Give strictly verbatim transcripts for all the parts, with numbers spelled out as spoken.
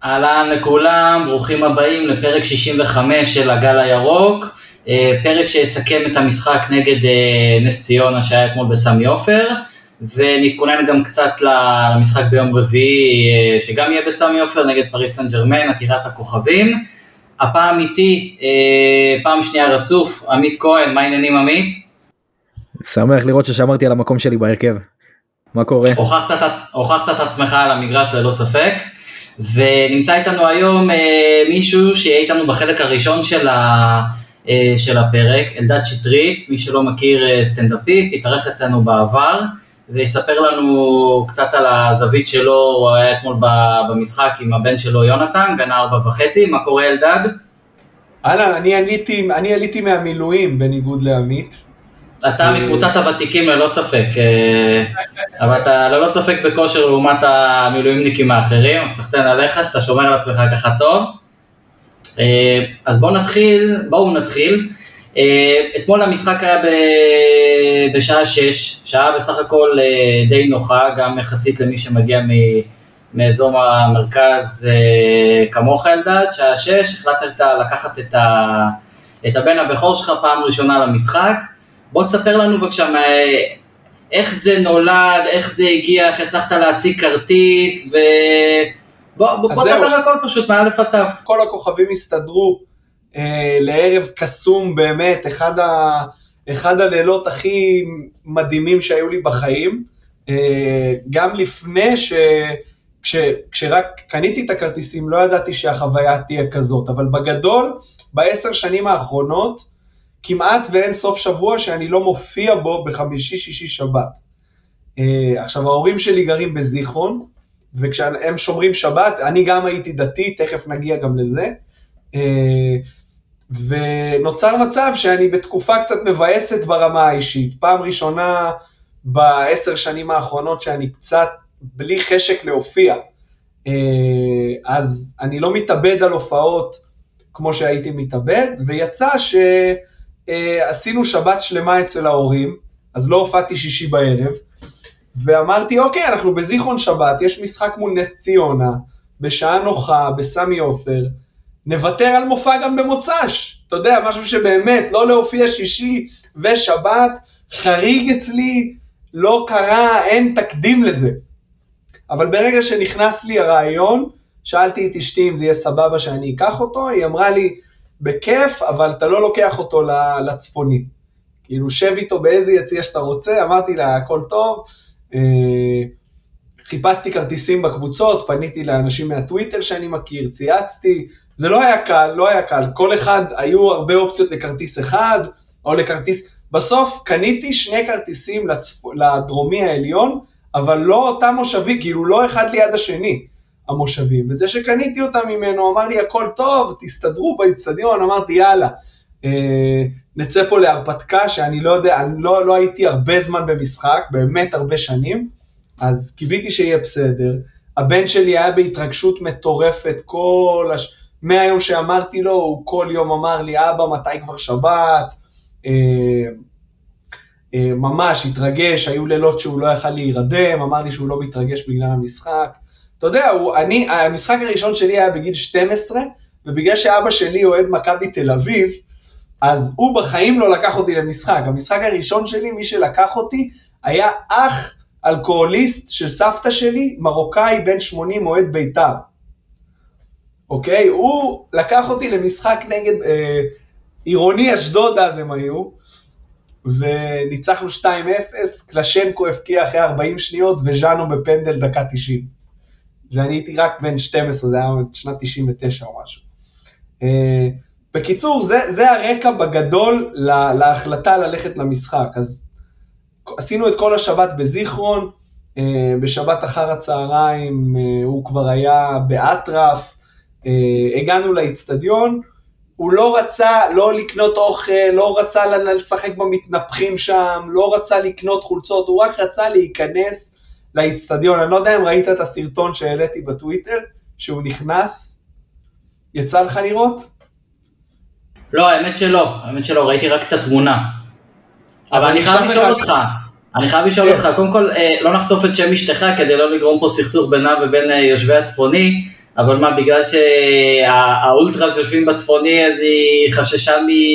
אהלן לכולם, ברוכים הבאים לפרק שישים וחמש של הגל הירוק, פרק שיסכם את המשחק נגד נס ציונה שהיה אתמול בסמי עופר, ונתכונן גם קצת למשחק ביום רביעי שגם יהיה בסמי עופר נגד פריס סן ז'רמן, עתירת הכוכבים. הפעם איתי, פעם שנייה רצוף, עמית כהן, מה העניינים עמית? שמח לראות ששמרתי על המקום שלי בהרכב. מה קורה? הוכחת, הוכחת את עצמך על המגרש ללא ספק, ונמצא איתנו היום אה, מישהו שיהיה איתנו בחלק הראשון של, ה, אה, של הפרק, אלדד שטרית, מי שלא מכיר אה, סטנדאפיסט, התארח אצלנו בעבר, ויספר לנו קצת על הזווית שלו, הוא היה אתמול במשחק עם הבן שלו יונתן, בן ארבע וחצי. מה קורה אלדד? אהלן, אני עליתי, אני עליתי מהמילואים בניגוד לעמית. אתה מקבוצת הוותיקים ללא ספק, אבל אתה ללא ספק בכושר לעומת המילואימניקים האחרים, אז סחתן עליך שאתה שומר על עצמך ככה טוב. אז בואו נתחיל, בואו נתחיל. אתמול המשחק היה בשעה שש, שעה בסך הכל די נוחה, גם יחסית למי שמגיע מאזור המרכז כמוך אלדד, שעה שש, החלטת לקחת את הבן הבכור שלך פעם ראשונה למשחק. בוא תספר לנו בבקשה איך זה נולד, איך זה הגיע, איך הצלחת להשיג כרטיס, ובוא בוא, בוא תספר הכל פשוט מאלף עד תו. כל הכוכבים הסתדרו אה, לערב קסום באמת, אחד, ה, אחד הלילות הכי מדהימים שהיו לי בחיים, אה, גם לפני ש... כש, כשרק קניתי את הכרטיסים לא ידעתי שהחוויה תהיה כזאת, אבל בגדול בעשר שנים האחרונות, כמעט ואין סוף שבוע שאני לא מופיע בו בחמישי, שישי, שבת. Uh, עכשיו, ההורים שלי גרים בזיכרון, וכשהם שומרים שבת, אני גם הייתי דתי, תכף נגיע גם לזה, uh, ונוצר מצב שאני בתקופה קצת מבאסת ברמה האישית. פעם ראשונה בעשר שנים האחרונות שאני קצת בלי חשק להופיע, uh, אז אני לא מתאבד על הופעות כמו שהייתי מתאבד, ויצא ש... Uh, עשינו שבת שלמה אצל ההורים, אז לא הופעתי שישי בערב, ואמרתי, אוקיי, אנחנו בזיכרון שבת, יש משחק מול נס ציונה, בשעה נוחה, בסמי עופר, נוותר על מופע גם במוצ"ש, אתה יודע, משהו שבאמת, לא להופיע שישי ושבת, חריג אצלי, לא קרה, אין תקדים לזה. אבל ברגע שנכנס לי הרעיון, שאלתי את אשתי אם זה יהיה סבבה שאני אקח אותו, היא אמרה לי, בכיף, אבל אתה לא לוקח אותו לצפוני. כאילו, שב איתו באיזה יציע שאתה רוצה, אמרתי לה, הכל טוב, חיפשתי כרטיסים בקבוצות, פניתי לאנשים מהטוויטר שאני מכיר, צייצתי, זה לא היה קל, לא היה קל, כל אחד, היו הרבה אופציות לכרטיס אחד, או לכרטיס, בסוף קניתי שני כרטיסים לצפ... לדרומי העליון, אבל לא אותם מושבים, כאילו לא אחד ליד השני. המושבים, וזה שקניתי אותם ממנו, אמר לי, הכל טוב, תסתדרו באצטדיון, אמרתי, יאללה, אה, נצא פה להרפתקה, שאני לא יודע, אני לא, לא הייתי הרבה זמן במשחק, באמת הרבה שנים, אז קיוויתי שיהיה בסדר, הבן שלי היה בהתרגשות מטורפת, כל הש... מהיום שאמרתי לו, הוא כל יום אמר לי, אבא, מתי כבר שבת, אה, אה, ממש התרגש, היו לילות שהוא לא יכל להירדם, אמר לי שהוא לא מתרגש בגלל המשחק, אתה יודע, הוא, אני, המשחק הראשון שלי היה בגיל שתים עשרה, ובגלל שאבא שלי אוהד מכבי תל אביב, אז הוא בחיים לא לקח אותי למשחק. המשחק הראשון שלי, מי שלקח אותי, היה אח אלכוהוליסט של סבתא שלי, מרוקאי בן שמונים, אוהד בית"ר. אוקיי? הוא לקח אותי למשחק נגד אה, עירוני אשדוד, אז הם היו, וניצחנו שתיים אפס, קלשנקו הפקיע אחרי ארבעים שניות, וז'אנו בפנדל דקה תשעים. ואני הייתי רק בן שתים עשרה, זה היה שנת תשעים ותשע או משהו. בקיצור, זה, זה הרקע בגדול לה, להחלטה ללכת למשחק. אז עשינו את כל השבת בזיכרון, בשבת אחר הצהריים הוא כבר היה באטרף, הגענו לאצטדיון, הוא לא רצה לא לקנות אוכל, לא רצה לשחק במתנפחים שם, לא רצה לקנות חולצות, הוא רק רצה להיכנס לאצטדיון. אני לא יודע אם ראית את הסרטון שהעליתי בטוויטר, שהוא נכנס, יצא לך לראות? לא, האמת שלא, האמת שלא, ראיתי רק את התמונה. אבל אני חייב לשאול אותך, אני חייב לשאול אותך, קודם כל, לא נחשוף את שם אשתך, כדי לא לגרום פה סכסוך בינה ובין יושבי הצפוני, אבל מה, בגלל שהאולטרס יושבים בצפוני, אז היא חששה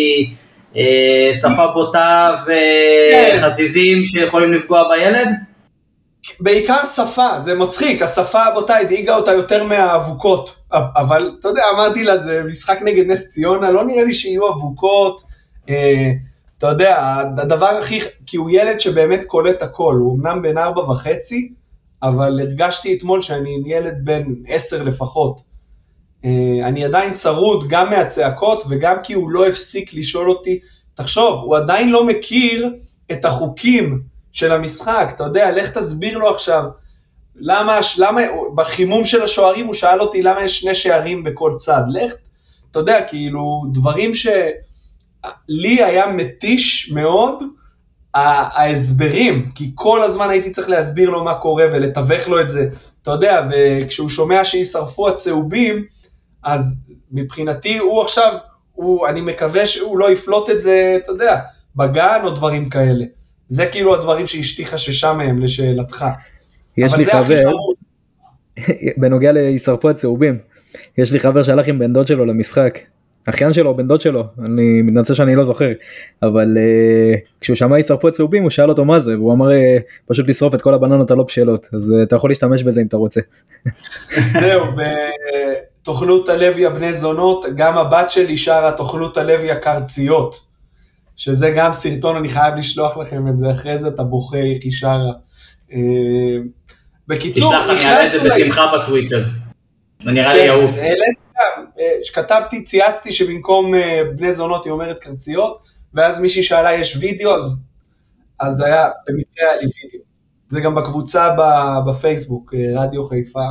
משפה בוטה וחזיזים שיכולים לפגוע בילד? בעיקר שפה, זה מצחיק, השפה הבוטה הדאיגה אותה יותר מהאבוקות, אבל אתה יודע, אמרתי לה, זה משחק נגד נס ציונה, לא נראה לי שיהיו אבוקות, אתה יודע, הדבר הכי, כי הוא ילד שבאמת קולט הכל, הוא אמנם בן ארבע וחצי, אבל הרגשתי אתמול שאני עם ילד בן עשר לפחות. אני עדיין צרוד גם מהצעקות, וגם כי הוא לא הפסיק לשאול אותי, תחשוב, הוא עדיין לא מכיר את החוקים של המשחק, אתה יודע, לך תסביר לו עכשיו, למה, למה, בחימום של השוערים הוא שאל אותי, למה יש שני שערים בכל צד, לך, אתה יודע, כאילו, דברים שלי היה מתיש מאוד, ההסברים, כי כל הזמן הייתי צריך להסביר לו מה קורה ולתווך לו את זה, אתה יודע, וכשהוא שומע שישרפו הצהובים, אז מבחינתי הוא עכשיו, הוא, אני מקווה שהוא לא יפלוט את זה, אתה יודע, בגן או דברים כאלה. זה כאילו הדברים שאשתי חששה מהם לשאלתך. יש לי חבר, בנוגע לישרפו הצהובים, יש לי חבר שהלך עם בן דוד שלו למשחק, אחיין שלו, בן דוד שלו, אני מתנצל שאני לא זוכר, אבל uh, כשהוא שמע ישרפו את צהובים, הוא שאל אותו מה זה, והוא אמר uh, פשוט לשרוף את כל הבננות הלא בשלות, אז uh, אתה יכול להשתמש בזה אם אתה רוצה. זהו, בתוכלות הלוי הבני זונות, גם הבת שלי שרה תוכלות הלוי הקרציות, שזה גם סרטון, אני חייב לשלוח לכם את זה, אחרי זה אתה בוכה איך היא שרה. Uh, בקיצור, תשלח, אני אעלה את זה בשמחה בטוויטר, ונראה לי יעוף. שכתבתי, צייצתי שבמקום בני זונות היא אומרת קרציות, ואז מישהי שאלה יש וידאו, אז, אז היה, במקרה היה לי וידאו. זה גם בקבוצה בפייסבוק, רדיו חיפה.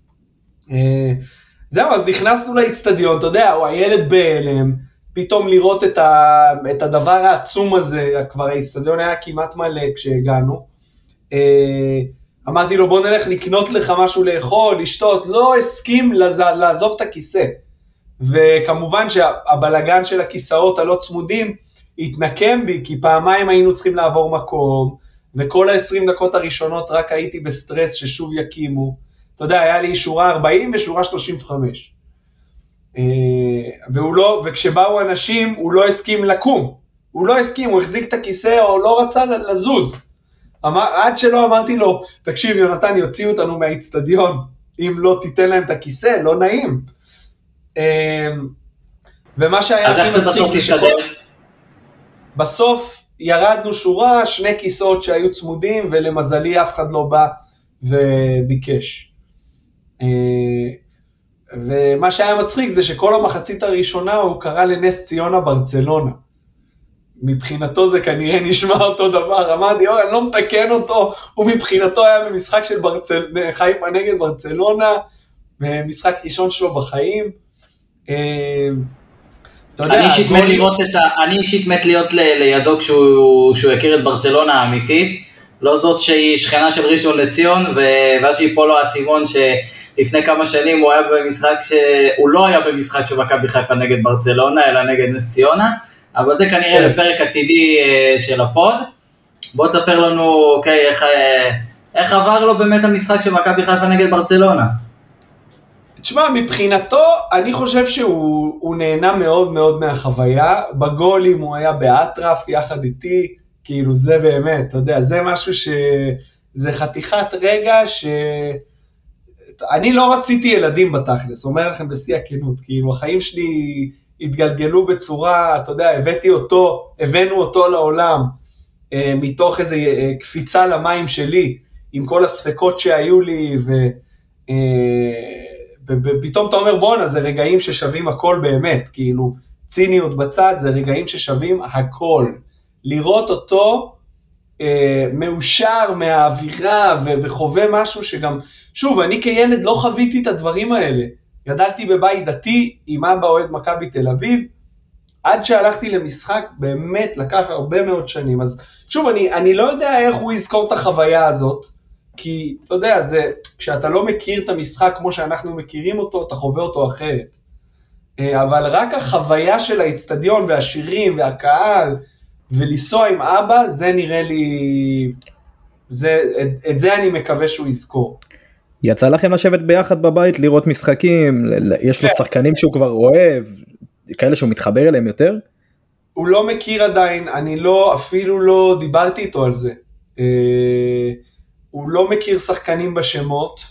זהו, אז נכנסנו לאצטדיון, אתה יודע, או הילד בהלם, פתאום לראות את, ה, את הדבר העצום הזה, כבר האצטדיון היה כמעט מלא כשהגענו, אמרתי לו בוא נלך לקנות לך משהו לאכול, לשתות, לא הסכים לעזוב את הכיסא, וכמובן שהבלגן של הכיסאות הלא צמודים התנקם בי, כי פעמיים היינו צריכים לעבור מקום, וכל ה-עשרים דקות הראשונות רק הייתי בסטרס ששוב יקימו, אתה יודע, היה לי שורה ארבעים ושורה שלושים וחמש, והוא לא, וכשבאו אנשים הוא לא הסכים לקום, הוא לא הסכים, הוא החזיק את הכיסא או לא רצה לזוז, אמר, עד שלא אמרתי לו, תקשיב יונתן, יוציאו אותנו מהאצטדיון, אם לא תיתן להם את הכיסא, לא נעים. ומה שהיה... אז איך זה בסוף ישתדר? בסוף ירדנו שורה, שני כיסאות שהיו צמודים, ולמזלי אף אחד לא בא וביקש. ומה שהיה מצחיק זה שכל המחצית הראשונה הוא קרא לנס ציונה ברצלונה. מבחינתו זה כנראה נשמע אותו דבר, אמרתי, אוי, אני לא מתקן אותו, הוא מבחינתו היה במשחק של ברצל... חיפה נגד ברצלונה, משחק ראשון שלו בחיים. אני אישית מת לראות את ה... אני אישית מת להיות לידו כשהוא הכיר את ברצלונה האמיתית, לא זאת שהיא שכנה של ראשון לציון, ואז שהיא פה לו הסימון שלפני כמה שנים הוא היה במשחק שהוא לא היה במשחק של מכבי חיפה נגד ברצלונה, אלא נגד נס ציונה, אבל זה כנראה לפרק עתידי של הפוד. בוא תספר לנו, אוקיי, איך, איך עבר לו באמת המשחק של מכבי חיפה נגד ברצלונה? תשמע, מבחינתו, אני חושב שהוא נהנה מאוד מאוד מהחוויה, בגולים הוא היה באטרף יחד איתי, כאילו זה באמת, אתה יודע, זה משהו ש... זה חתיכת רגע ש... אני לא רציתי ילדים בתכלס, אומר לכם בשיא הכנות, כאילו החיים שלי התגלגלו בצורה, אתה יודע, הבאתי אותו, הבאנו אותו לעולם, מתוך איזו קפיצה למים שלי, עם כל הספקות שהיו לי, ו... ופתאום אתה אומר, בונה, זה רגעים ששווים הכל באמת, כאילו, ציניות בצד, זה רגעים ששווים הכל. לראות אותו אה, מאושר מהאווירה ו- וחווה משהו שגם, שוב, אני כילד לא חוויתי את הדברים האלה. גדלתי בבית דתי, עם אבא אוהד מכבי תל אביב, עד שהלכתי למשחק, באמת לקח הרבה מאוד שנים. אז שוב, אני, אני לא יודע איך הוא יזכור את החוויה הזאת, כי אתה יודע, זה, כשאתה לא מכיר את המשחק כמו שאנחנו מכירים אותו, אתה חווה אותו אחרת. אבל רק החוויה של האצטדיון והשירים והקהל, ולנסוע עם אבא, זה נראה לי, זה, את, את זה אני מקווה שהוא יזכור. יצא לכם לשבת ביחד בבית, לראות משחקים, יש לו שחקנים שהוא כבר אוהב, כאלה שהוא מתחבר אליהם יותר? הוא לא מכיר עדיין, אני לא, אפילו לא דיברתי איתו על זה. הוא לא מכיר שחקנים בשמות.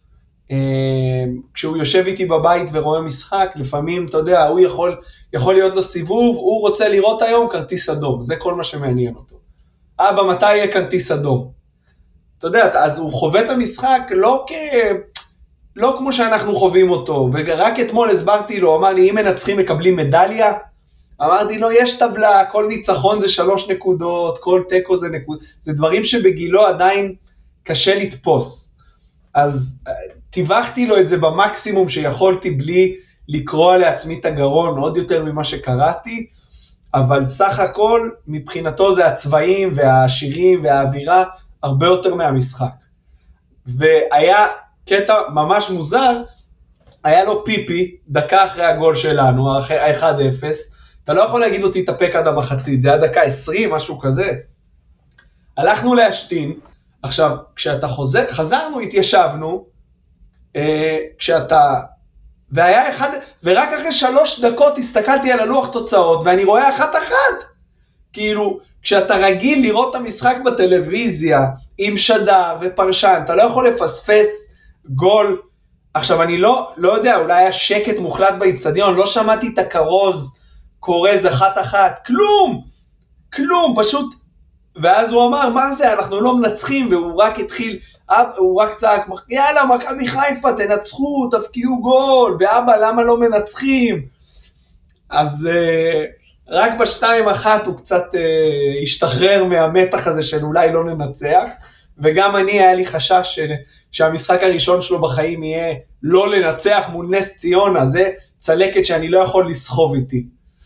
כשהוא יושב איתי בבית ורואה משחק, לפעמים, אתה יודע, הוא יכול, יכול להיות לו סיבוב, הוא רוצה לראות היום כרטיס אדום, זה כל מה שמעניין אותו. אבא, מתי יהיה כרטיס אדום? אתה יודע, אז הוא חווה את המשחק לא כ... לא כמו שאנחנו חווים אותו, ורק אתמול הסברתי לו, אמר לי, אם מנצחים מקבלים מדליה, אמרתי לו, יש טבלה, כל ניצחון זה שלוש נקודות, כל טקו זה נקוד, זה דברים שבגילו עדיין קשה לתפוס. אז טיווחתי לו את זה במקסימום שיכולתי בלי לקרוא לעצמי את הגרון, עוד יותר ממה שקראתי, אבל סך הכל מבחינתו זה הצבעים והשירים והאווירה, הרבה יותר מהמשחק. והיה קטע ממש מוזר, היה לו פיפי, דקה אחרי הגול שלנו, ה-אחד אפס, אתה לא יכול להגיד לו תתאפק עד המחצית, זה היה דקה עשרים, משהו כזה. הלכנו להשתין, עכשיו, כשאתה חוזר, חזרנו, התיישבנו, אה, כשאתה, והיה אחד, ורק אחרי שלוש דקות הסתכלתי על הלוח תוצאות, ואני רואה אחת אחת, כאילו, כשאתה רגיל לראות את המשחק בטלוויזיה, עם שדר ופרשן, אתה לא יכול לפספס גול. עכשיו, אני לא, לא יודע, אולי היה שקט מוחלט באצטדיון, לא שמעתי את הכרוז, קורז אחת אחת, כלום, כלום, פשוט, ואז הוא אמר, מה זה, אנחנו לא מנצחים, והוא רק התחיל, הוא רק צעק, יאללה, מכבי חיפה, תנצחו, תפקיעו גול, ואבא, למה לא מנצחים? אז רק בשתיים אחת הוא קצת השתחרר מהמתח הזה של אולי לא ננצח, וגם אני היה לי חשש שהמשחק הראשון שלו בחיים יהיה לא לנצח מול נס ציונה, זה צלקת שאני לא יכול לסחוב איתי.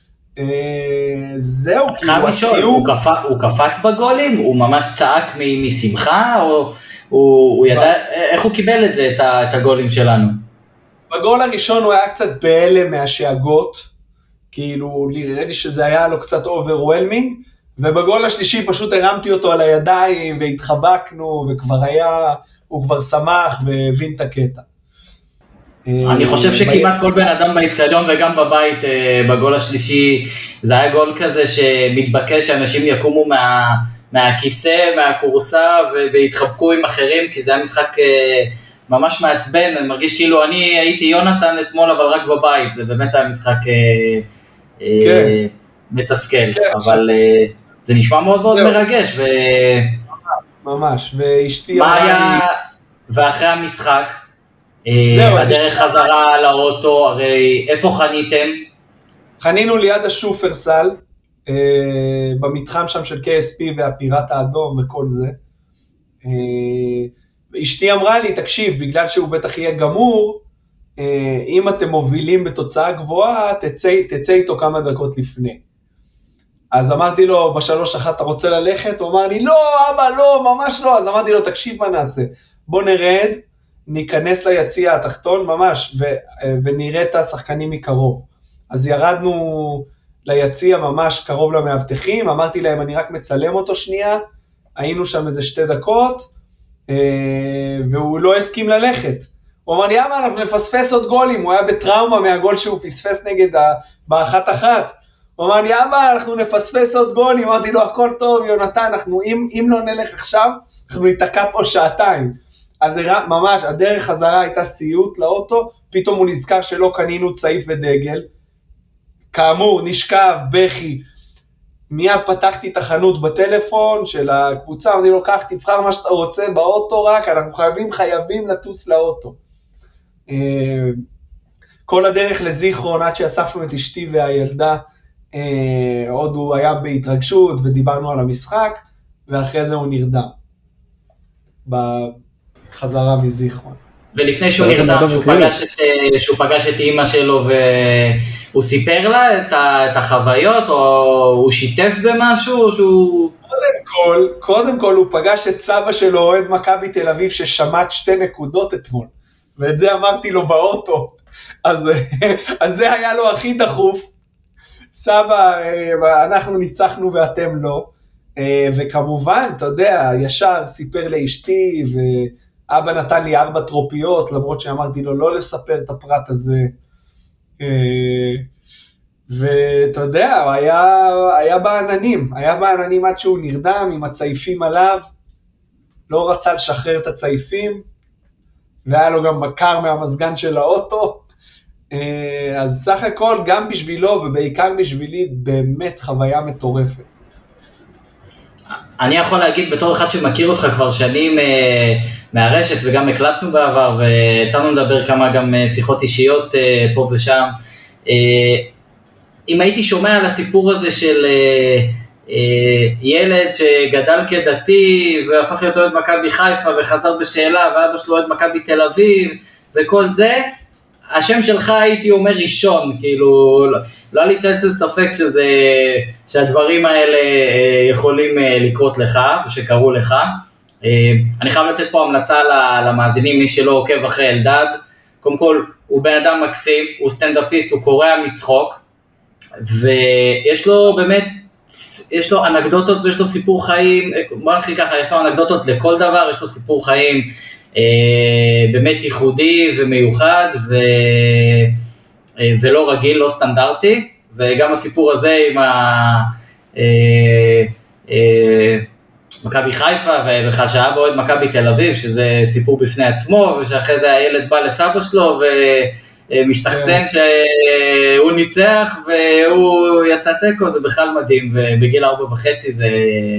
זהו, כאילו הסיום. הוא קפץ בגולים? הוא ממש צעק משמחה? או הוא ידע, איך הוא קיבל את זה, את הגולים שלנו? בגול הראשון הוא היה קצת בהלם מהשאגות, כאילו נראה לי שזה היה לו קצת אוברוולמינג, ובגול השלישי פשוט הרמתי אותו על הידיים והתחבקנו, וכבר היה, הוא כבר שמח והבין את הקטע. אני חושב שכמעט כל בן אדם באצטדיון וגם בבית בגול השלישי, זה היה גול כזה שמתבקש שאנשים יקומו מה, מהכיסא, מהקורסה ויתחבקו עם אחרים, כי זה היה משחק ממש מעצבן, אני מרגיש כאילו אני הייתי יונתן אתמול אבל רק בבית, זה באמת היה משחק כן. מתסכל, כן, אבל ש... זה נשמע מאוד מאוד מרגש. ו... ממש, ואשתי... מה היה, ואחרי המשחק, זהו, בדרך חזרה לאוטו, הרי איפה חניתם? חנינו ליד השופרסל, במתחם שם של קי אס פי והפיראט האדום וכל זה. אשתי אמרה לי, תקשיב, בגלל שהוא בטח יהיה גמור, אם אתם מובילים בתוצאה גבוהה, תצא, תצא איתו כמה דקות לפני. אז אמרתי לו, בשלוש אחת אתה רוצה ללכת? הוא אמר לי, לא, אבא, לא, ממש לא. אז אמרתי לו, תקשיב מה נעשה, בוא נרד, ניכנס ליציע התחתון ממש, ו, ונראה את השחקנים מקרוב. אז ירדנו ליציע ממש קרוב למאבטחים, אמרתי להם, אני רק מצלם אותו שנייה, היינו שם איזה שתי דקות, והוא לא הסכים ללכת. הוא אמר לי, אמה, אנחנו נפספס עוד גולים, הוא היה בטראומה מהגול שהוא פספס נגד ה... באחת אחת. הוא אמר לי, אמה, אנחנו נפספס עוד גולים, אמרתי לו, הכל טוב, יונתן, אנחנו, אם, אם לא נלך עכשיו, אנחנו ניתקע פה שעתיים. אז ממש, הדרך חזרה הייתה סיוט לאוטו, פתאום הוא נזכר שלא קנינו צעיף ודגל, כאמור, נשכב, בכי, מיד פתחתי את החנות בטלפון של הקבוצה, אמרתי לו, קח, תבחר מה שאתה רוצה באוטו רק, אנחנו חייבים, חייבים לטוס לאוטו. כל הדרך לזיכרון, עד שאספנו את אשתי והילדה, עוד הוא היה בהתרגשות, ודיברנו על המשחק, ואחרי זה הוא נרדם. בחזרה מזיכרון. ולפני שהוא נרדם, שהוא פגש את אימא שלו, והוא סיפר לה את החוויות, או הוא שיתף במשהו, שהוא... קודם כל, קודם כל הוא פגש את סבא שלו, אוהד מכבי תל אביב, ששמט שתי נקודות אתמול, ואת זה אמרתי לו באוטו, אז, אז זה היה לו הכי דחוף, סבא, אנחנו ניצחנו ואתם לא, וכמובן, אתה יודע, ישר סיפר לאשתי, אבא נתן לי ארבע טרופיות, למרות שאמרתי לו לא לספר את הפרט הזה. ואתה יודע, היה, היה בעננים, היה בעננים עד שהוא נרדם עם הצייפים עליו, לא רצה לשחרר את הצייפים, והיה לו גם מקר מהמזגן של האוטו, אז סך הכל גם בשבילו ובעיקר בשבילי באמת חוויה מטורפת. אני יכול להגיד בתור אחד שמכיר אותך כבר שנים מהרשת וגם הקלטנו בעבר ויצאנו לדבר כמה גם שיחות אישיות פה ושם, אם הייתי שומע על הסיפור הזה של ילד שגדל כדתי והפך להיות אוהד מכבי חיפה וחזר בשאלה ואבא שלו אוהד מכבי תל אביב וכל זה, השם שלך הייתי אומר ראשון, כאילו לא היה לי צ'אנס ספק שזה, שהדברים האלה יכולים לקרות לך ושקרו לך. אני חייב לתת פה המלצה למאזינים, מי שלא עוקב אחרי אלדד, קודם כל הוא בן אדם מקסים, הוא סטנדאפיסט, הוא קורע מצחוק, ויש לו באמת, יש לו אנקדוטות ויש לו סיפור חיים, בוא נתחיל ככה, יש לו אנקדוטות לכל דבר, יש לו סיפור חיים באמת ייחודי ומיוחד ו... ולא רגיל, לא סטנדרטי, וגם הסיפור הזה עם מכבי חיפה וחשעה בעוד מכבי תל אביב, שזה סיפור בפני עצמו, ושאחרי זה הילד בא לסבא שלו ומשתחצן שהוא ניצח והוא יצא טקו, זה בכלל מדהים, ובגיל ארבע וחצי זה,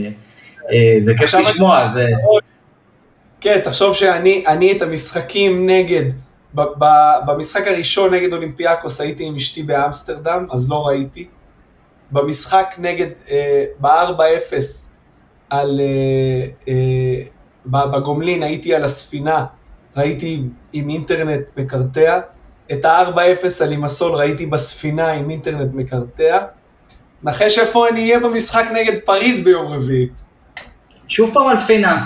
זה כיף לשמוע. זה... כן, תחשוב שאני אני את המשחקים נגד, ב, ב, במשחק הראשון נגד אולימפיאקוס הייתי עם אשתי באמסטרדם, אז לא ראיתי. במשחק נגד, אה, ב-ארבע אפס, על, אה, אה, בגומלין הייתי על הספינה, ראיתי עם אינטרנט מקרטע. את ה-ארבע אפס על אימסול ראיתי בספינה עם אינטרנט מקרטע. נחש איפה אני אהיה במשחק נגד פריז ביום רביעי. שוב פעם על ספינה.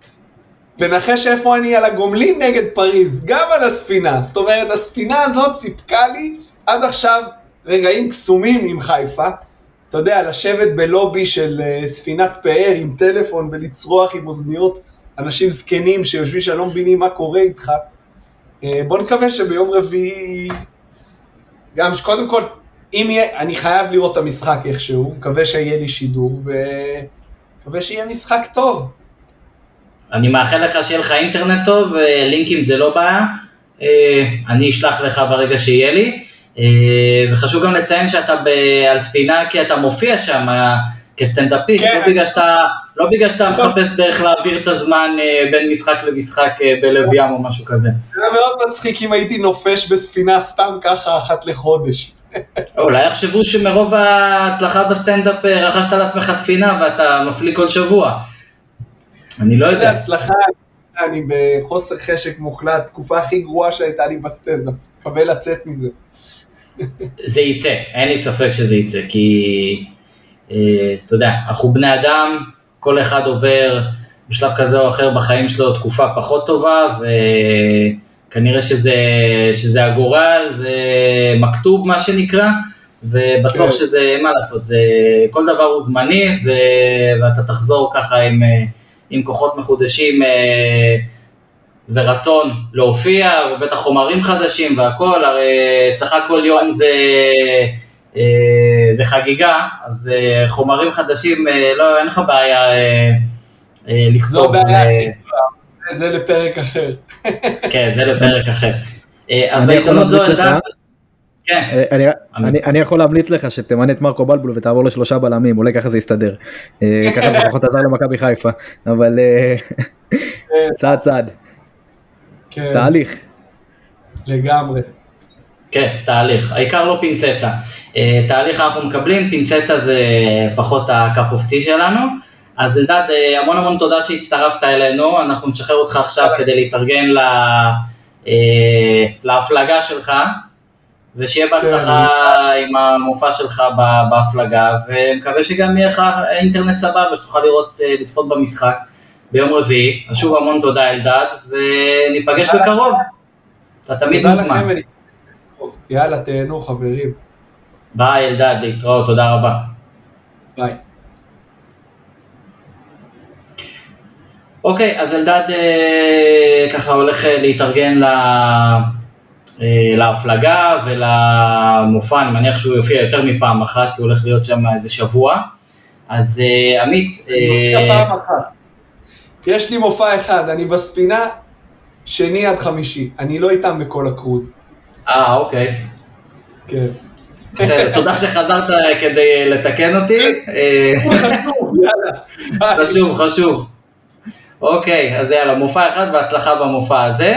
ונחש איפה אני על הגומלין נגד פריז, גם על הספינה. זאת אומרת, הספינה הזאת סיפקה לי עד עכשיו רגעים קסומים עם חיפה. אתה יודע, לשבת בלובי של ספינת פאר עם טלפון ולצרוח עם אוזניות אנשים זקנים שיושבים שלא מבינים מה קורה איתך. בוא נקווה שביום רביעי, גם קודם כל, אם יהיה, אני חייב לראות את המשחק איכשהו, מקווה שיהיה לי שידור, ומקווה שיהיה משחק טוב. אני מאחל לך שיהיה לך אינטרנט טוב, לינקים זה לא בעיה, אני אשלח לך ברגע שיהיה לי, וחשוב גם לציין שאתה על ספינה כי אתה מופיע שם כסטנדאפיסט, לא בגלל שאתה, לא בגלל שאתה מחפש דרך להעביר את הזמן בין משחק למשחק בלב ים או משהו כזה. זה מאוד מצחיק אם הייתי נופש בספינה סתם ככה אחת לחודש. אולי יחשבו שמרוב ההצלחה בסטנדאפ רכשת לעצמך ספינה ואתה מפליג כל שבוע. אני לא יודע. הצלחה, אני בחוסר חשק מוחלט, תקופה הכי גרועה שהייתה לי בסטנדאפ, קבל לצאת מזה. זה יצא, אין לי ספק שזה יצא, כי אתה יודע, אנחנו בני אדם, כל אחד עובר בשלב כזה או אחר בחיים שלו תקופה פחות טובה, וכנראה שזה, שזה הגורל, זה מכתוב מה שנקרא, ובטוח שזה, מה לעשות, זה, כל דבר הוא זמני, זה, ואתה תחזור ככה עם, עם כוחות מחודשים ורצון להופיע, ובטח חומרים חדשים והכל, הרי אצלך כל יום זה, זה חגיגה, אז חומרים חדשים, לא, אין לך בעיה לכתוב. זו בעיה, זה לפרק אחר. כן, זה לפרק אחר. אז בעיתונות זו אלדד, אני יכול להמליץ לך שתמנה את מרקו בלבול ותעבור לשלושה בלמים, אולי ככה זה יסתדר. ככה זה פחות עזר למכבי חיפה, אבל צעד צעד. תהליך. לגמרי. כן, תהליך. העיקר לא פינצטה. תהליך אנחנו מקבלים, פינצטה זה פחות הקאפ אוף טי שלנו. אז אלדד, המון המון תודה שהצטרפת אלינו, אנחנו נשחרר אותך עכשיו כדי להתארגן להפלגה שלך, ושיהיה בהצלחה עם המופע שלך בהפלגה, ומקווה שגם יהיה לך אינטרנט סבבה, שתוכל לראות, לצפות במשחק ביום רביעי. אז שוב המון תודה אלדד, וניפגש בקרוב. אתה תמיד מוזמן. יאללה, תהנו חברים. ביי אלדד, להתראות, תודה רבה. ביי. אוקיי, אז אלדד ככה הולך להתארגן להפלגה ולמופע, אני מניח שהוא יופיע יותר מפעם אחת, כי הוא הולך להיות שם איזה שבוע. אז עמית... יש לי מופע אחד, אני בספינה שני עד חמישי, אני לא איתם בכל הקרוז. אה, אוקיי. כן. בסדר, תודה שחזרת כדי לתקן אותי. חשוב, יאללה. חשוב, חשוב. אוקיי, אז יאללה, מופע אחד והצלחה במופע הזה.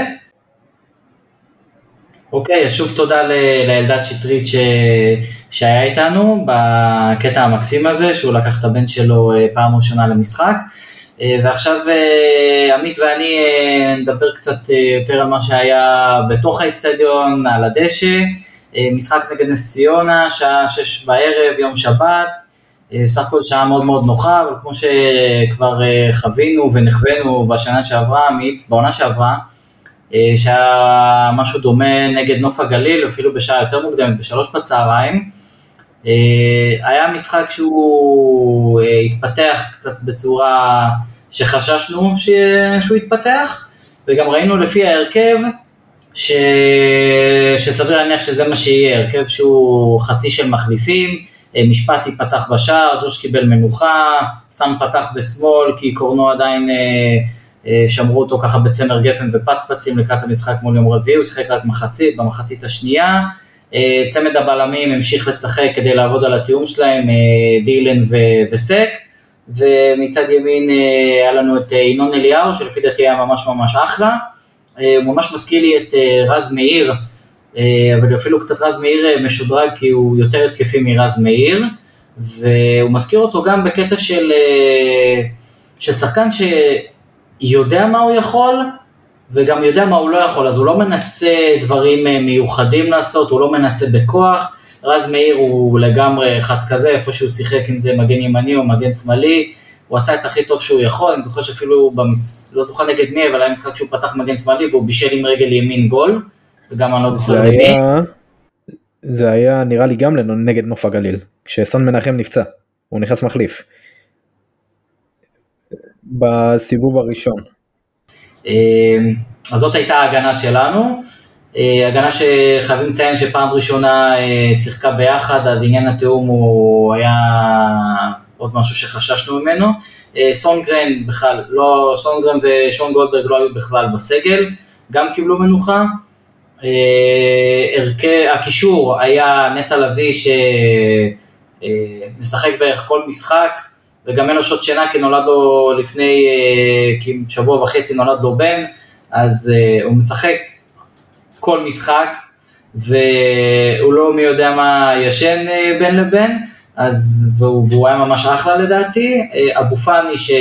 אוקיי, אז שוב תודה לאלדד שטרית ש... שהיה איתנו בקטע המקסים הזה, שהוא לקח את הבן שלו פעם ראשונה למשחק. ועכשיו עמית ואני נדבר קצת יותר על מה שהיה בתוך האצטדיון, על הדשא. משחק נגד נס ציונה, שעה שש בערב, יום שבת, סך הכל שעה מאוד מאוד נוחה, אבל כמו שכבר חווינו ונחווינו בשנה שעברה, עמית, בעונה שעברה, שהיה משהו דומה נגד נוף הגליל, אפילו בשעה יותר מוקדמת, בשלוש בצהריים, היה משחק שהוא התפתח קצת בצורה שחששנו שהוא התפתח, וגם ראינו לפי ההרכב, ש... שסביר להניח שזה מה שיהיה, הרכב שהוא חצי של מחליפים, משפטי פתח בשער, ג'וש קיבל מנוחה, סם פתח בשמאל, כי קורנו עדיין שמרו אותו ככה בצמר גפן ופצפצים לקראת המשחק מול יום רביעי, הוא שחק רק מחצית, במחצית השנייה, צמד הבלמים המשיך לשחק כדי לעבוד על התיאום שלהם, דילן ו- וסק, ומצד ימין היה לנו את ינון אליהו, שלפי דעתי היה ממש ממש אחלה, הוא ממש מזכיר לי את רז מאיר, אבל אפילו קצת רז מאיר משודרג, כי הוא יותר התקפי מרז מאיר, והוא מזכיר אותו גם בקטע של, של שחקן שיודע מה הוא יכול, וגם יודע מה הוא לא יכול, אז הוא לא מנסה דברים מיוחדים לעשות, הוא לא מנסה בכוח, רז מאיר הוא לגמרי אחד כזה, איפה שהוא שיחק, אם זה מגן ימני או מגן שמאלי, הוא עשה את הכי טוב שהוא יכול, אני זוכר שאפילו, במס... לא זוכר נגד מי, אבל היה משחק שהוא פתח מגן שמאלי, והוא בישל עם רגל ימין גול, וגם אני לא זוכר למי. היה... זה היה נראה לי גם נגד נוף הגליל, כשסן מנחם נפצע, הוא נכנס מחליף, בסיבוב הראשון. אז זאת הייתה ההגנה שלנו, הגנה שחייבים לציין שפעם ראשונה שיחקה ביחד, אז עניין התיאום הוא היה עוד משהו שחששנו ממנו. סונגרן בכלל, לא, סונגרן ושון גולדברג לא היו בכלל בסגל, גם קיבלו מנוחה. ערכי, הקישור היה נטע לוי שמשחק בערך כל משחק, וגם אין לו שעות שינה, כי נולד לו לפני שבוע וחצי נולד לו בן, אז הוא משחק כל משחק, והוא לא מי יודע מה ישן בין לבין, אז, והוא, והוא היה ממש אחלה לדעתי. אבו פאני ש,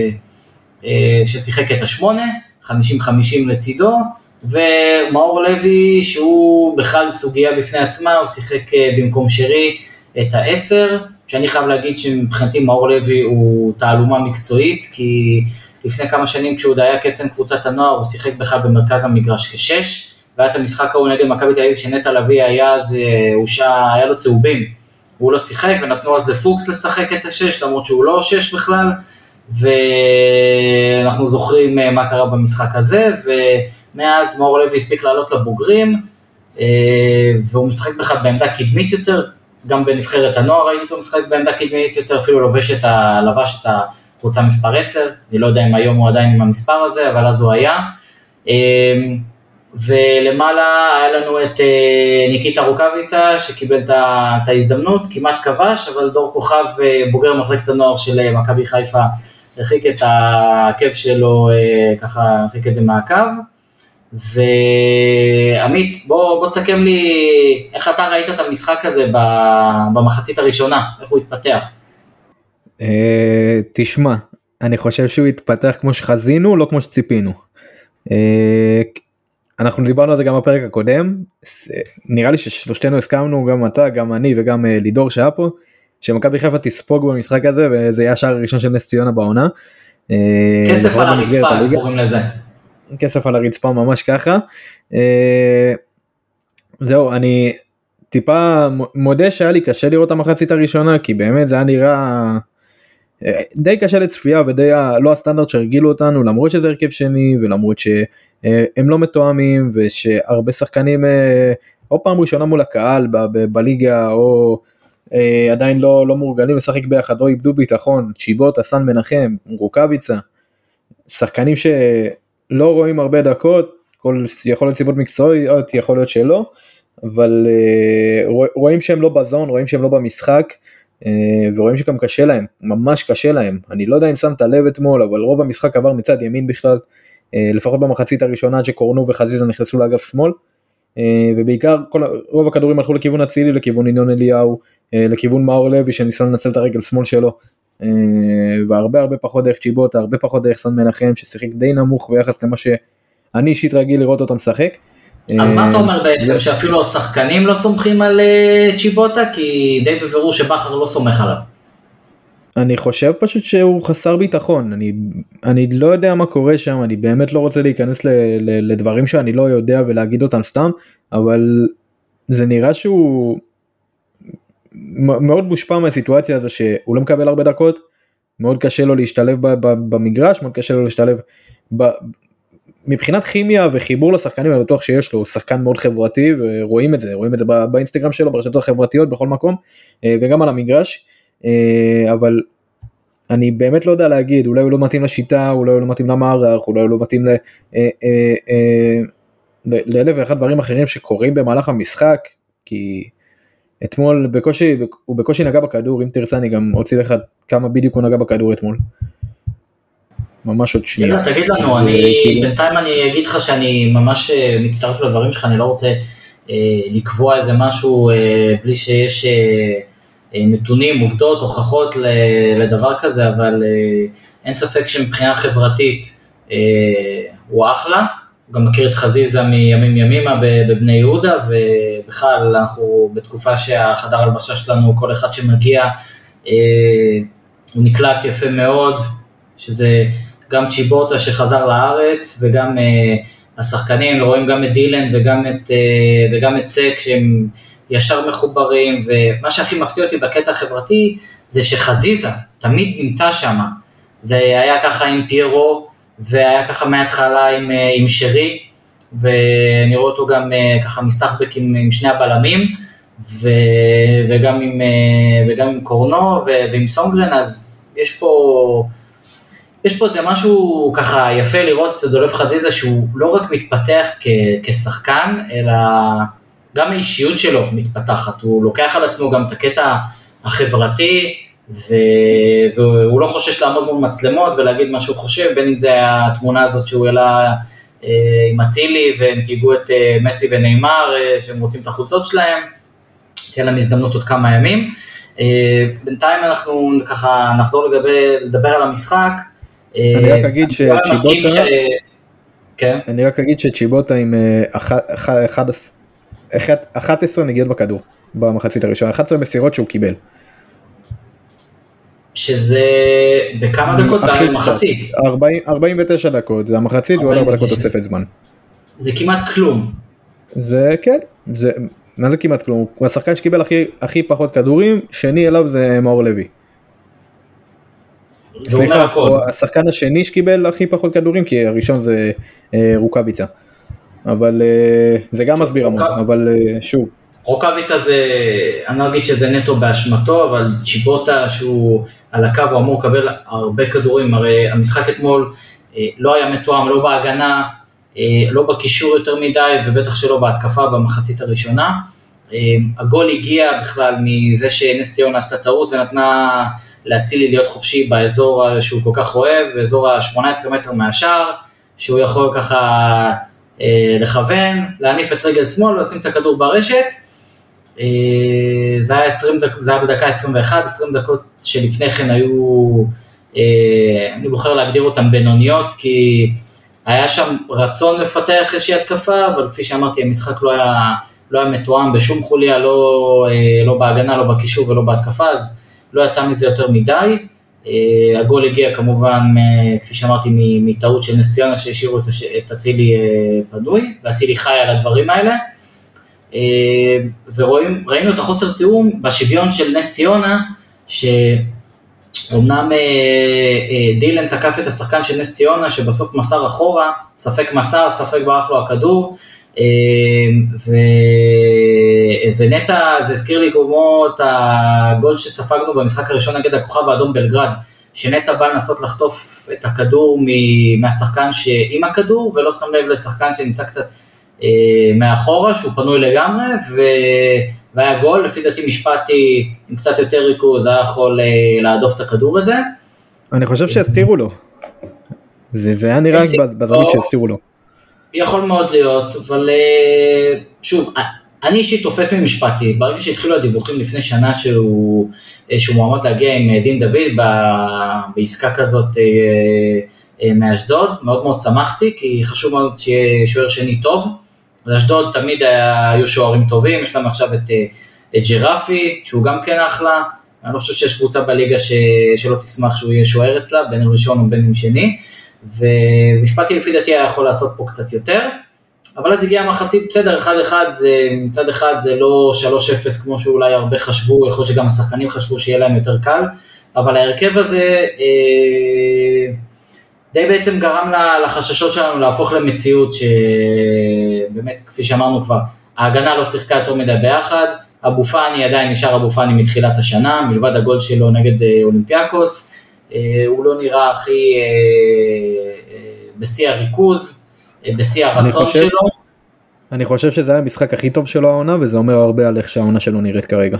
ששיחק את השמונה, חמישים חמישים לצידו, ומאור לוי שהוא בכלל סוגיה בפני עצמה, הוא שיחק במקום שרי את העשר, שאני חייב להגיד שמבחינתי מאור לוי הוא תעלומה מקצועית, כי לפני כמה שנים כשהוא היה קפטן קבוצת הנוער, הוא שיחק בכלל במרכז המגרש כשש, והיה את המשחק ההוא נגד מכבי תל אביב שנטע לביא היה, אז הוא שע, היה לו צהובים, הוא לא שיחק, ונתנו אז לפוקס לשחק את השש, למרות שהוא לא שש בכלל, ואנחנו זוכרים מה קרה במשחק הזה, ומאז מאור לוי הספיק לעלות לבוגרים, והוא משחק בכלל בעמדה קדמית יותר, גם בנבחרת הנוער ראיתי אותו משחק בעמדה קדמית יותר, אפילו לובש את ה... לבש את הקבוצה מספר עשר, אני לא יודע אם היום הוא עדיין עם המספר הזה, אבל אז הוא היה. ולמעלה היה לנו את ניקיטה רוקביצה, שקיבל את ההזדמנות, כמעט כבש, אבל דור כוכב, בוגר מחלקת הנוער של מכבי חיפה, הרחיק את העקב שלו, ככה הרחיק את זה מהקו. ועמית, בוא, בוא תסכם לי איך אתה ראית את המשחק הזה במחצית הראשונה, איך הוא התפתח? תשמע, אני חושב שהוא התפתח כמו שחזינו, לא כמו שציפינו. אנחנו דיברנו על זה גם בפרק הקודם, נראה לי ששלושתנו הסכמנו, גם אתה, גם אני וגם לידור שהיה פה, שמכבי חיפה תספוג במשחק הזה, וזה היה השער הראשון של נס ציונה בעונה. כסף על הרצפה, קוראים לזה. כסף על הרצפה ממש ככה. זהו, אני טיפה מודה שהיה לי קשה לראות המחצית הראשונה, כי באמת זה היה נראה די קשה לצפייה ודי לא הסטנדרט שהרגילו אותנו, למרות שזה הרכב שני ולמרות שהם לא מתואמים ושהרבה שחקנים או פעם ראשונה מול הקהל בליגה או עדיין לא, לא מורגלים לשחק ביחד או איבדו ביטחון, צ'יבוטה, סן מנחם, רוקאביצה, שחקנים שלא רואים הרבה דקות, כל, יכול להיות סיבות מקצועיות, יכול להיות שלא, אבל רואים שהם לא בזון, רואים שהם לא במשחק, ורואים שגם קשה להם, ממש קשה להם. אני לא יודע אם שמת לב אתמול, אבל רוב המשחק עבר מצד ימין בכלל, לפחות במחצית הראשונה, שקורנו וחזיזה נכנסו לאגף שמאל, ובעיקר כל, רוב הכדורים הלכו לכיוון אצילי, לכיוון ינון אליהו, לכיוון מאור לוי שניסה לנצל את הרגל שמאל שלו, והרבה הרבה פחות דרך צ'יבוטה, הרבה פחות דרך סן מנחם, ששיחק די נמוך ביחס למה שאני אישית רגיל לראות אותו משחק. אז מה אתה אומר בעצם, שאפילו השחקנים לא סומכים על צ'יבוטה, כי די בבירור שבחר לא סומך עליו? אני חושב פשוט שהוא חסר ביטחון, אני, אני לא יודע מה קורה שם, אני באמת לא רוצה להיכנס ל, ל, לדברים שאני לא יודע ולהגיד אותם סתם, אבל זה נראה שהוא מאוד מושפע מהסיטואציה הזו, שהוא לא מקבל הרבה דקות, מאוד קשה לו להשתלב במגרש, מאוד קשה לו להשתלב ב... מבחינת כימיה וחיבור לשחקנים, אני בטוח שיש לו שחקן מאוד חברתי, ורואים את זה, רואים את זה באינסטגרם שלו, ברשתות החברתיות, בכל מקום, וגם על המגרש, אבל אני באמת לא יודע להגיד, אולי הוא לא מתאים לשיטה, אולי הוא לא מתאים למערך, אולי הוא לא מתאים לאלף ואחד דברים אחרים שקורים במהלך המשחק, כי אתמול בקושי, הוא בקושי נגע בכדור, אם תרצה אני גם הוציא לך כמה בדיוק הוא נגע בכדור אתמול. ממש עוד שנייה. תגיד לנו, אני, בינתיים אני אגיד לך שאני ממש מצטרף לדברים שלך, אני לא רוצה לקבוע איזה משהו בלי שיש נתונים, עובדות, הוכחות לדבר כזה, אבל אין ספק שמבחינה חברתית הוא אחלה, הוא גם מכיר את חזיזה מימים ימימה בבני יהודה, ובכלל אנחנו בתקופה שהחדר הלבשה שלנו, כל אחד שמגיע, הוא נקלט יפה מאוד, שזה גם צ'יבוטה שחזר לארץ, וגם השחקנים, רואים גם את דילן וגם את, וגם את סק, שהם ישר מחוברים, ומה שהכי מפתיע אותי בקטע החברתי, זה שחזיזה תמיד נמצא שם, זה היה ככה עם פיירו, והיה ככה מההתחלה עם, עם שרי, ואני רואה אותו גם ככה מסתחבק עם, עם שני הבלמים, ו, וגם, עם, וגם עם קורנו ועם סונגרן, אז יש פה, יש פה איזה משהו ככה יפה לראות את דולף חזיזה, שהוא לא רק מתפתח כ, כשחקן, אלא גם האישיות שלו מתפתחת, הוא לוקח על עצמו גם את הקטע החברתי, והוא לא חושש לעמוד מול מצלמות ולהגיד מה שהוא חושב, בין אם זה התמונה הזאת שהוא העלה עם אצילי, והם תיגעו את מסי וניימר, שהם רוצים את החולצות שלהם, תהיה להם הזדמנות עוד כמה ימים. בינתיים אנחנו ככה נחזור לגבי, לדבר על המשחק. אני רק אגיד שצ'יבוטה, אני רק אגיד שצ'יבוטה עם אחת עשרה נגיעות בכדור במחצית הראשונה, אחת עשרה מסירות שהוא קיבל. שזה בכמה דקות במחצית? ארבעים ותשע דקות, זה המחצית ועוד ארבע דקות תוספת זמן. זה כמעט כלום. זה כן, זה, מה זה כמעט כלום? הוא השחקן שקיבל הכי, הכי פחות כדורים, שני אליו זה מאור לוי. סליחה, השחקן השני שקיבל הכי פחות כדורים, כי הראשון זה אה, רוקאביצה. אבל אה, זה גם מסביר המון, אבל אה, שוב. רוקאביצה זה, אני לא אגיד שזה נטו באשמתו, אבל צ'יבוטה שהוא על הקו, הוא אמור לקבל הרבה כדורים, הרי המשחק אתמול אה, לא היה מתואם, לא בהגנה, אה, לא בקישור יותר מדי, ובטח שלא בהתקפה במחצית הראשונה. אה, הגול הגיע בכלל מזה שנס ציונה עשתה טעות, ונתנה להצילי להיות חופשי באזור שהוא כל כך אוהב, באזור ה-שמונה עשרה מטר מהשאר, שהוא יכול ככה אה, לכוון, להניף את רגל שמאל, ולשים את הכדור ברשת. זה היה, עשרים דק, זה היה בדקה עשרים ואחת, עשרים דקות שלפני כן היו, אני בוחר להגדיר אותם בינוניות, כי היה שם רצון לפתח איזושהי התקפה, אבל כפי שאמרתי, המשחק לא היה, לא היה מתואם בשום חוליה, לא, לא בהגנה, לא בקישור ולא בהתקפה, אז לא יצא מזה יותר מדי. הגול הגיע כמובן, כפי שאמרתי, מטעות של נס ציונה, שהשאירו את אצילי פנוי, ואצילי חי על הדברים האלה. וראינו את החוסר תיאום בשוויון של נס ציונה, אמנם דילן תקף את השחקן של נס ציונה, שבסוף מסר אחורה, ספק מסר, ספק ברח לו הכדור, ו... ונטע, זה הזכיר לי כמו את הגול שספגנו במשחק הראשון נגד הכוכב האדום בלגרד, שנטע בא לנסות לחטוף את הכדור מהשחקן שעם הכדור, ולא שם לב לשחקן שנמצא קצת מאחורה, שהוא פנוי לגמרי, ו... והיה גול, לפי דעתי משפטי עם קצת יותר ריכוז, היה יכול להדוף את הכדור הזה. אני חושב שהסתירו לו, זה, זה היה נראה בזווית שהסתירו לו. יכול מאוד להיות, אבל שוב, אני אישית תופס ממשפטי, ברגע שהתחילו הדיווחים לפני שנה שהוא, שהוא מועמד להגיע עם דין דוד בעסקה כזאת מאשדוד, מאוד מאוד שמחתי, כי חשוב מאוד שיהיה שוער שני טוב, לאשדוד תמיד היו שוערים טובים, יש להם עכשיו את, את ג'ירפי, שהוא גם כן אחלה, אני לא חושב שיש קבוצה בליגה ש, שלא תשמח שהוא יהיה שוער אצלה, בין ראשון ובין עם שני, ומשפטי לפי דעתי היה יכול לעשות פה קצת יותר, אבל אז הגיע המחצית, בסדר, אחד אחד, מצד אחד זה לא שלוש אפס כמו שאולי הרבה חשבו, יכול להיות שגם השחקנים חשבו שיהיה להם יותר קל, אבל ההרכב הזה אה, די בעצם גרם לחששות שלנו להפוך למציאות, שבאמת, כפי שאמרנו כבר, ההגנה לא שיחקה יותר מדי ביחד, אבו פאני עדיין נשאר אבו פאני מתחילת השנה, מלבד הגול שלו נגד אולימפיאקוס, הוא לא נראה הכי בשיא הריכוז, בשיא הרצון אני חושב, שלו. אני חושב שזה היה המשחק הכי טוב שלו העונה, וזה אומר הרבה על איך שהעונה שלו נראית כרגע.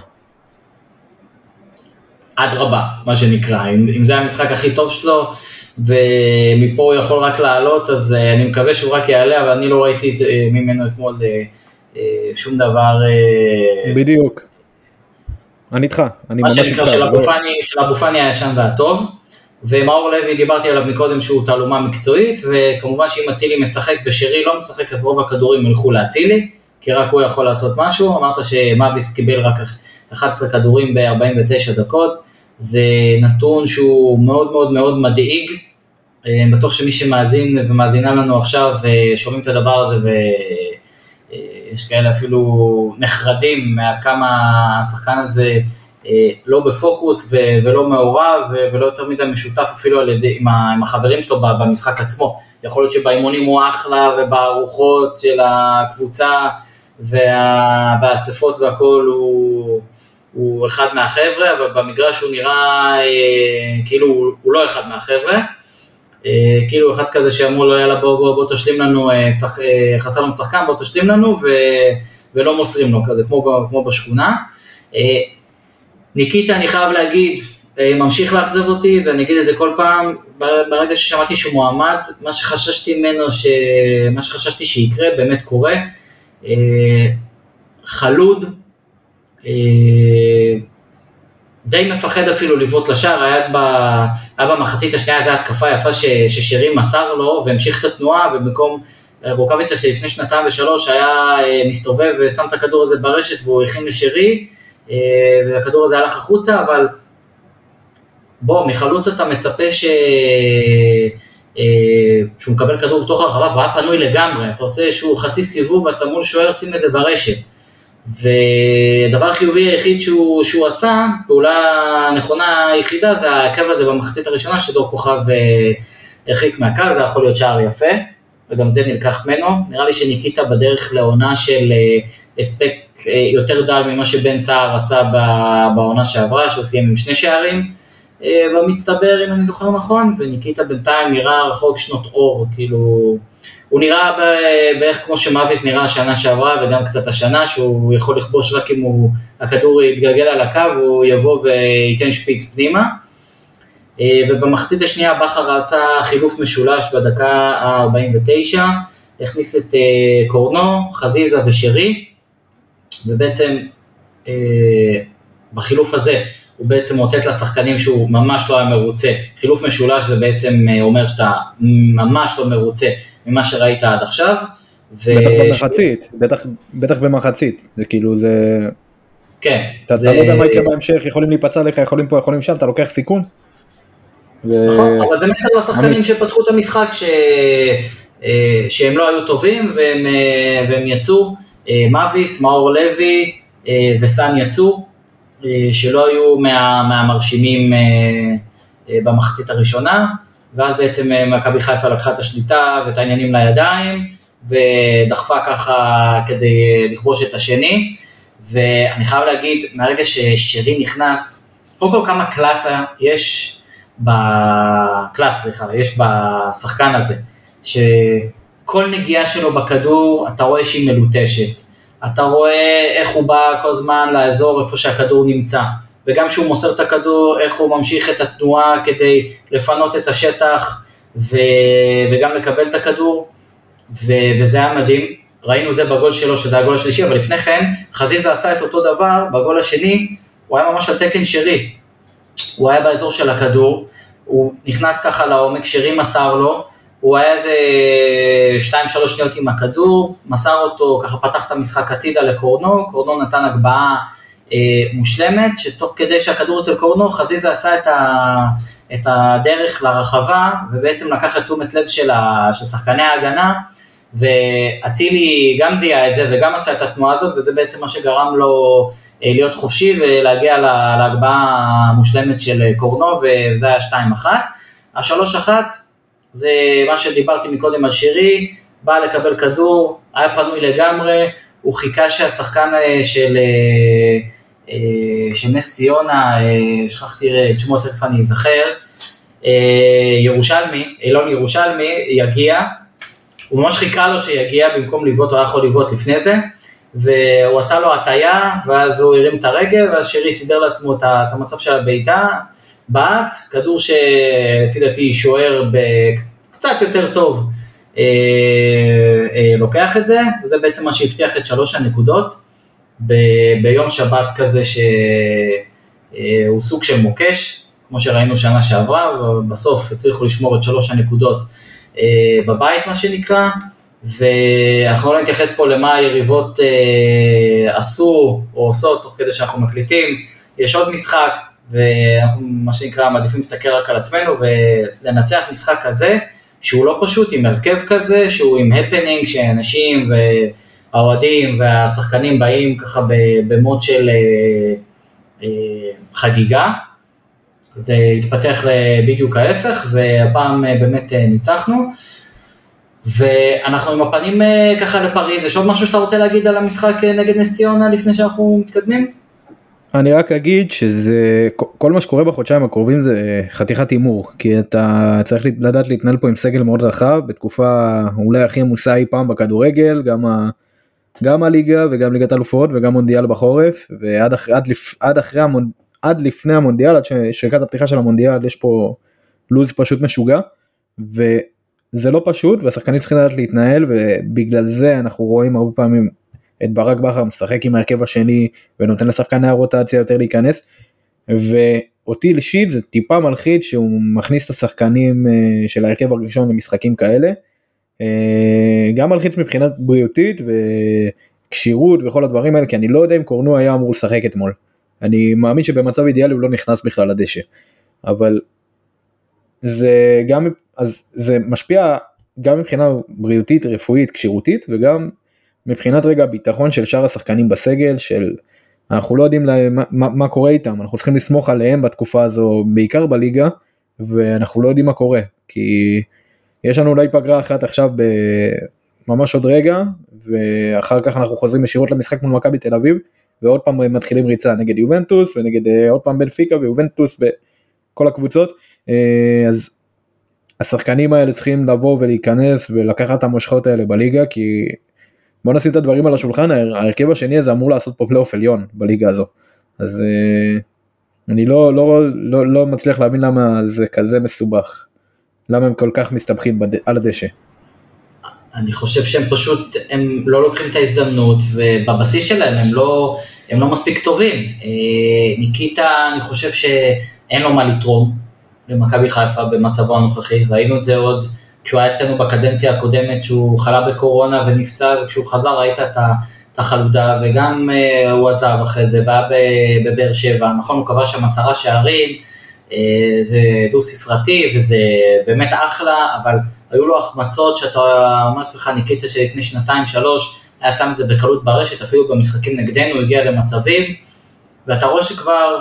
עד רבה, מה שנקרא, אם, אם זה היה המשחק הכי טוב שלו, ומפה הוא יכול רק לעלות, אז אני מקווה שהוא רק יעלה, אבל אני לא ראיתי ממנו אתמול שום דבר. בדיוק. אני איתך, אני ממש איתך. מה שנקרא של אבו פאני הישן והטוב, ומאור לוי דיברתי עליו מקודם שהוא תעלומה מקצועית, וכמובן שאם אצילי משחק ושרי לא משחק, אז רוב הכדורים ילכו לאצילי, כי רק הוא יכול לעשות משהו, אמרת שמאביס קיבל רק אחד עשר כדורים ב-ארבעים ותשע דקות, זה נתון שהוא מאוד מאוד מאוד מדאיג, אני בטוח שמי שמאזין ומאזינה לנו עכשיו, שומעים את הדבר הזה ו... יש כאלה אפילו נחרדים מעד כמה השחקן הזה לא בפוקוס ולא מעורב ולא יותר מדי משותף אפילו על ידי, עם החברים שלו במשחק עצמו. יכול להיות שבאימונים הוא אחלה ובארוחות של הקבוצה והאספות והכל הוא, הוא אחד מהחבר'ה, אבל במגרש הוא נראה כאילו הוא לא אחד מהחבר'ה. כאילו אחד כזה שאמרו לו יאללה בוא, בוא, בוא תשלים לנו, שח, חסר לנו שחקן, בוא תשלים לנו ו, ולא מוסרים לו כזה, כמו, כמו בשכונה. ניקיטה אני חייב להגיד, ממשיך לאכזב אותי ואני אגיד את זה כל פעם, ברגע ששמעתי שהוא מועמד, מה שחששתי ממנו, ש... מה שחששתי שיקרה באמת קורה, חלוד, די מפחד אפילו לבעוט לשער, היה, ב, היה במחצית השנייה, זו התקפה יפה ש, ששירים מסר לו, והמשיך את התנועה, ובמקום רוקביצה שלפני שנתיים ושלוש היה מסתובב ושם את הכדור הזה ברשת, והוא הכין לשירי, והכדור הזה הלך החוצה, אבל בוא, מחלוץ אתה מצפה ש... שהוא מקבל כדור בתוך הרחבה, והוא היה פנוי לגמרי, אתה עושה איזשהו חצי סיבוב, ואתה מול שוער שים את זה ברשת, והדבר החיובי היחיד שהוא, שהוא עשה, פעולה נכונה היחידה, זה הקו הזה במחצית הראשונה, שדור כוכב הרחיק מהקו, זה יכול להיות שער יפה, וגם זה נלקח ממנו. נראה לי שניקיטה בדרך לעונה של הספק יותר דל ממה שבן סער עשה בעונה שעברה, שהוא סיים עם שני שערים, במצטבר אם אני זוכר נכון, וניקיטה בינתיים נראה רחוק שנות אור, כאילו... הוא נראה בערך כמו שמאביס נראה השנה שעברה, וגם קצת השנה, שהוא יכול לכבוש רק אם הוא, הכדור יתגלגל על הקו, הוא יבוא וייתן שפיץ פנימה. ובמחצית השנייה בכר רצה חילוף משולש בדקה ה-ארבעים ותשע, הכניס את קורנו, חזיזה ושרי, ובעצם בחילוף הזה הוא בעצם מוטט לשחקנים שהוא ממש לא היה מרוצה. חילוף משולש זה בעצם אומר שאתה ממש לא מרוצה ממה שראית עד עכשיו. ו... בטח במחצית, בטח, בטח במחצית, זה כאילו זה... כן. אתה זה... לא יודע מה יקרה בהמשך, יכולים להיפצע לך, יכולים פה, יכולים שם, אתה לוקח סיכון. ו... נכון, אבל זה מסר לשחקנים שפתחו את המשחק ש... שהם לא היו טובים והם, והם יצאו, מאביס, מאור לוי וסן יצאו, שלא היו מה, מהמרשימים במחצית הראשונה, ואז בעצם מכבי חיפה לקחה את השליטה ואת העניינים לידיים, ודחפה ככה כדי לכבוש את השני, ואני חייב להגיד, מהרגע ששרי נכנס, קודם כל כמה קלאסה יש בקלאס, סליחה, יש בשחקן הזה, שכל נגיעה שלו בכדור, אתה רואה שהיא מלוטשת, אתה רואה איך הוא בא כל זמן לאזור איפה שהכדור נמצא, וגם שהוא מוסר את הכדור, איך הוא ממשיך את התנועה כדי לפנות את השטח, ו... וגם לקבל את הכדור, ו... וזה היה מדהים, ראינו זה בגול שלו, שזה הגול השלישי, אבל לפני כן, חזיזה עשה את אותו דבר, בגול השני, הוא היה ממש על תקן שרי, הוא היה באזור של הכדור, הוא נכנס ככה לעומק, שרי מסר לו, הוא היה איזה שתיים שלוש שניות עם הכדור, מסר אותו, ככה פתח את המשחק הצידה לקורנו, קורנו נתן הגבהה אה, מושלמת, שתוך כדי שהכדור אצל קורנו, חזיזה עשה את, ה, את הדרך לרחבה, ובעצם לקח את תשומת לב של, ה, של שחקני ההגנה, והצילי גם זיהה את זה, וגם עשה את התנועה הזאת, וזה בעצם מה שגרם לו להיות חופשי, ולהגיע להגבהה המושלמת של קורנו, וזה היה שתיים אחת. השלוש אחת, זה מה שדיברתי מקודם על שרי, בא לקבל כדור, היה פנוי לגמרי, הוא חיכה שהשחקן של, של נס ציונה, שכחתי את שמו, תכף אני אזכר, ירושלמי, אילון ירושלמי, יגיע, הוא ממש חיכה לו שיגיע, במקום לבעוט, הוא היה יכול לבעוט לפני זה, והוא עשה לו הטיה, ואז הוא הרים את הרגל, ואז שרי סידר לעצמו את המצב של הביתה, בעט, כדור שלפי דעתי שוער קצת יותר טוב, אה, אה, לוקח את זה, וזה בעצם מה שהבטיח את שלוש הנקודות, ב, ביום שבת כזה שהוא סוג של מוקש, כמו שראינו שנה שעברה, ובסוף הצליחו לשמור את שלוש הנקודות אה, בבית מה שנקרא, ואנחנו לא נתייחס פה למה היריבות אה, עשו או עושות תוך כדי שאנחנו מקליטים, יש עוד משחק, ואנחנו מה שנקרא מעדיפים להסתכל רק על עצמנו, ולנצח משחק כזה, שהוא לא פשוט, עם הרכב כזה, שהוא עם הפנינג, שאנשים והאוהדים והשחקנים באים ככה במוד של אה, אה, חגיגה, זה התפתח בדיוק ההפך, והפעם באמת ניצחנו, ואנחנו עם הפנים ככה לפריז. יש עוד משהו שאתה רוצה להגיד על המשחק נגד נס ציונה לפני שאנחנו מתקדמים? אני רק אגיד שזה, כל מה שקורה בחודשיים הקרובים זה חתיכת אימור, כי אתה צריך לדעת להתנהל פה עם סגל מאוד רחב, בתקופה אולי הכי עמוסה אי פעם בכדורגל, גם, ה, גם הליגה וגם ליגת אלופות וגם מונדיאל בחורף, ועד אחרי, עד לפ, עד אחרי המונ, עד לפני המונדיאל, עד שריקת הפתיחה של המונדיאל, יש פה לוז פשוט משוגע, וזה לא פשוט, והשחקנים צריכים לדעת להתנהל, ובגלל זה אנחנו רואים הרבה פעמים את ברק בכר משחק עם ההרכב השני, ונותן לשחקני הרוטציה יותר להיכנס, ואותי אישית זה טיפה מלחיץ, שהוא מכניס את השחקנים של ההרכב הראשון למשחקים כאלה, גם מלחיץ מבחינת בריאותית, וקשירות וכל הדברים האלה, כי אני לא יודע אם קורנו היה אמור לשחק אתמול, אני מאמין שבמצב אידיאלי הוא לא נכנס בכלל לדשא, אבל זה גם, אז זה משפיע גם מבחינה בריאותית, רפואית, קשירותית, וגם מבחינת רגע הביטחון של שאר השחקנים בסגל, של אנחנו לא יודעים לה, מה, מה קורה איתם, אנחנו צריכים לסמוך עליהם בתקופה הזו, בעיקר בליגה, ואנחנו לא יודעים מה קורה, כי יש לנו אולי פגרה אחת עכשיו ממש עוד רגע, ואחר כך אנחנו חוזרים ישירות למשחק מול מכבי תל אביב, ועוד פעם מתחילים ריצה נגד יובנטוס, ונגד עוד פעם בנפיקה ויובנטוס, בכל הקבוצות, אז השחקנים האלה צריכים לבוא ולהיכנס, ולקחת את המושכות האלה בליגה, כי בוא נשים את הדברים על השולחן, ההרכב השני הזה אמור לעשות פה פלייאוף עליון בליגה הזו, אז אני לא, לא, לא, לא מצליח להבין למה זה כזה מסובך, למה הם כל כך מסתבכים בד... על הדשא. אני חושב שהם פשוט, הם לא לוקחים את ההזדמנות, ובבסיס שלהם הם לא, הם לא מספיק טובים. ניקיטה, אני חושב שאין לו מה לתרום למכבי חיפה במצבו הנוכחי, ראינו את זה עוד כשהוא היה אצלנו בקדנציה הקודמת, שהוא חלה בקורונה ונפצע, וכשהוא חזר ראית את החלודה, וגם הוא עזב אחרי זה, והיה בבאר שבע, נכון, הוא קבע שם עשרה שערים, זה דו ספרתי, וזה באמת אחלה, אבל היו לו החמצות שאתה אומר צריכה ניקיטה שלפני שנתיים, שלוש, היה שם את זה בקלות ברשת, אפילו במשחקים נגדנו, הוא הגיע למצבים, ואתה רואה שכבר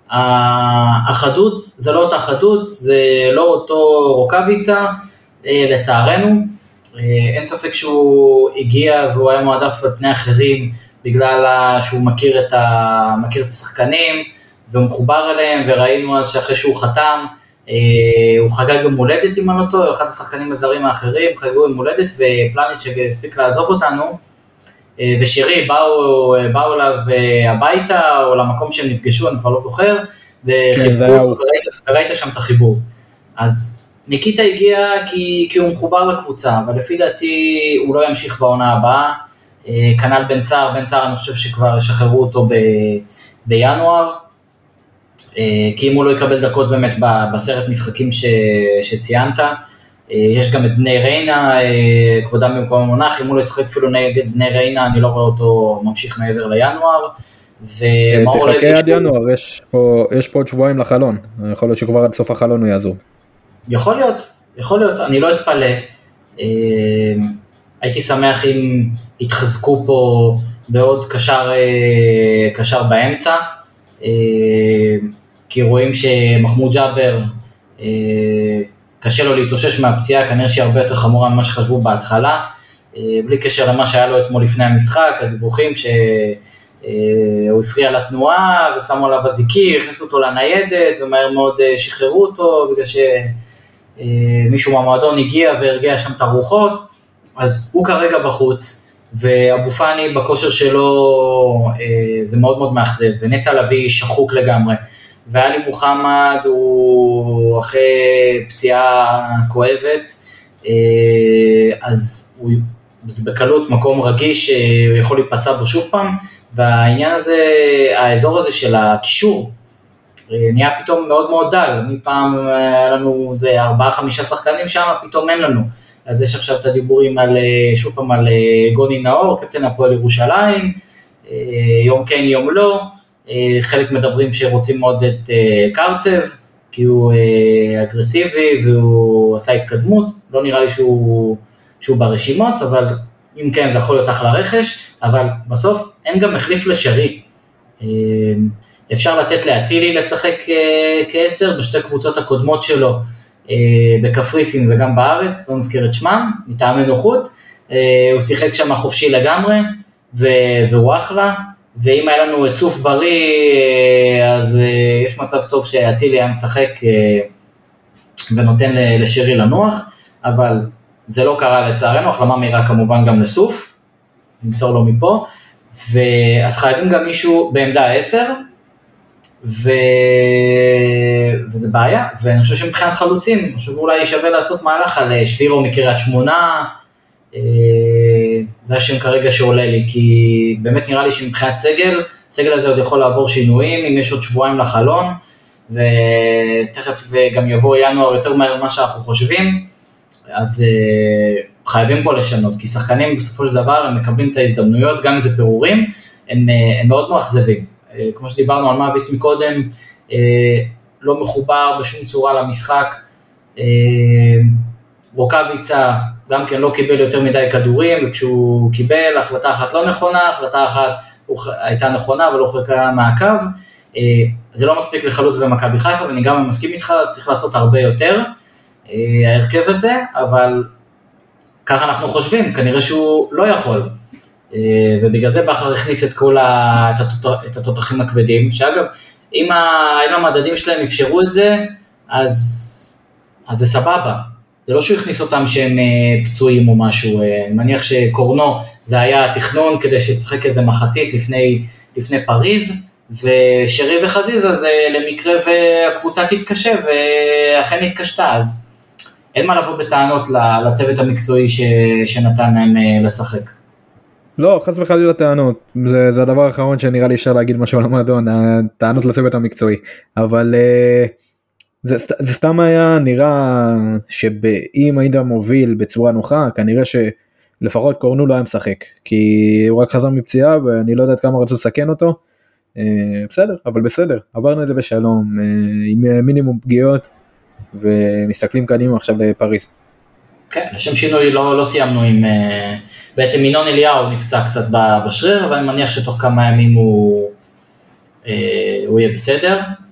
החדוץ זה לא אותה חדוץ, זה לא אותו רוקביצה, לצערנו, אין ספק שהוא הגיע והוא היה מועדף על פני אחרים, בגלל שהוא מכיר את, ה... מכיר את השחקנים, והוא מחובר אליהם, וראינו אז שאחרי שהוא חתם, הוא חגג גם מולדת עם אותו, אחד השחקנים הזרים האחרים, חגגו עם מולדת, ופלניץ' הספיק לעזוב אותנו, ושירי באו, באו אליו הביתה, או למקום שהם נפגשו, אני כבר לא זוכר, וחיבקו, וראית שם את החיבור. אז ניקיטה הגיע כי, כי הוא מחובר לקבוצה, אבל לפי דעתי הוא לא ימשיך בעונה הבאה, כנ"ל בן סער, בן סער אני חושב שכבר ישחררו אותו ב, בינואר, כי אם הוא לא יקבל דקות באמת בסרט משחקים ש, שציינת, יש גם את בני ריינה, כבודם במקום המונח, אם הוא לא ישחק אפילו נגד בני ריינה, אני לא רואה אותו ממשיך מעבר לינואר, תחכה עד ינואר, יש פה, יש פה עוד שבועיים לחלון, יכול להיות שכבר עד סוף החלון הוא יעזור. יכול להיות, יכול להיות, אני לא אתפלא, הייתי שמח אם יתחזקו פה בעוד קשר, קשר באמצע, כי רואים שמחמוד ג'אבר קשה לו להתאושש מהפציעה, כנראה שהיא הרבה יותר חמורה ממה שחשבו בהתחלה, בלי קשר למה שהיה לו אתמול לפני המשחק, הדיווחים שהוא הפריע לתנועה ושמו עליו אזיקי, הכניסו אותו לניידת ומהר מאוד שחררו אותו, בגלל שמישהו מהמועדון הגיע והרגיע שם את הרוחות, אז הוא כרגע בחוץ, ואבו פאני בכושר שלו זה מאוד מאוד מאכזב, ונטע לביא שחוק לגמרי, ואלי מוחמד הוא אחרי פציעה כואבת, אז הוא בקלות מקום רגיש, הוא יכול להיפצע בו שוב פעם, והעניין הזה, האזור הזה של הקישור, נהיה פתאום מאוד מאוד דל, מפעם היה לנו זה ארבעה חמישה שחקנים שם, פתאום אין לנו, אז יש עכשיו את הדיבורים על, שוב פעם על גוני נאור, קפטן הפועל ירושלים, יום כן יום לא, חלק מדברים שרוצים מאוד את קרצב, כי הוא אגרסיבי והוא עשה התקדמות, לא נראה לי שהוא, שהוא ברשימות, אבל אם כן זה יכול להיות אחלה רכש, אבל בסוף אין גם מחליף לשרי, אפשר לתת להצילי לשחק כעשר, בשתי קבוצות הקודמות שלו, בקפריסין וגם בארץ, לא נזכיר את שמם, מטעמי נוחות, הוא שיחק שם חופשי לגמרי, והוא אחלה, ואם היה לנו צוף בריא, אז יש מצב טוב שהצילי היה משחק ונותן לשרי לנוח, אבל זה לא קרה לצערנו, החלמה מהירה כמובן גם לסוף, נמסור לו מפה, אז חייבים גם מישהו בעמדה עשר, ו... וזה בעיה, ואני חושב שמבחינת חלוצים, אני חושב אולי שווה לעשות מהלך על שבירו מקריית שמונה, זה השם כרגע שעולה לי, כי באמת נראה לי שמבחינת סגל, סגל הזה עוד יכול לעבור שינויים, אם יש עוד שבועיים לחלון, ותכף גם יבוא ינואר יותר מהר ממה שאנחנו חושבים, אז חייבים פה לשנות, כי שחקנים בסופו של דבר הם מקבלים את ההזדמנויות, גם אם זה פירורים, הם, הם מאוד מאכזבים. כמו שדיברנו על מאביס מקודם, לא מחובר בשום צורה למשחק, רוקביצה גם כן לא קיבל יותר מדי כדורים, וכשהוא קיבל החלטה אחת לא נכונה, החלטה אחת הייתה נכונה ולא חלקה מהקו, זה לא מספיק לחלוץ במכבי חיפה, ואני גם מסכים איתך, צריך לעשות הרבה יותר, ההרכב הזה, אבל ככה אנחנו חושבים, כנראה שהוא לא יכול, ובגלל זה בכר הכניס את כל ה... את התותחים הכבדים, שאגב, אם המדדים שלהם אפשרו את זה, אז, אז זה סבבה, זה לא שהוא הכניס אותם שהם פצועים או משהו, אני מניח שקורנו זה היה תכנון כדי שישחק איזה מחצית לפני, לפני פריז, ושרי וחזיזה זה למקרה והקבוצה תתקשה, ואכן התקשתה, אז אין מה לבוא בטענות לצוות המקצועי ש... שנתן להם לשחק. לא, חס וחלילה טענות, זה, זה הדבר האחרון שנראה לי אפשר להגיד משהו על המועדון, הטענות לצוות המקצועי, אבל זה, זה סתם היה נראה שאם היית מוביל בצורה נוחה, כנראה שלפחות קורנו לא היה משחק, כי הוא רק חזר מפציעה ואני לא יודעת כמה רצו לסכן אותו, בסדר, אבל בסדר, עברנו את זה בשלום, עם מינימום פגיעות, ומסתכלים קדימה עכשיו לפריז. כן, לשם שינוי לא, לא סיימנו עם, בעצם ינון אליהו נפצע קצת בשריר, אבל אני מניח שתוך כמה ימים הוא, הוא יהיה בסדר,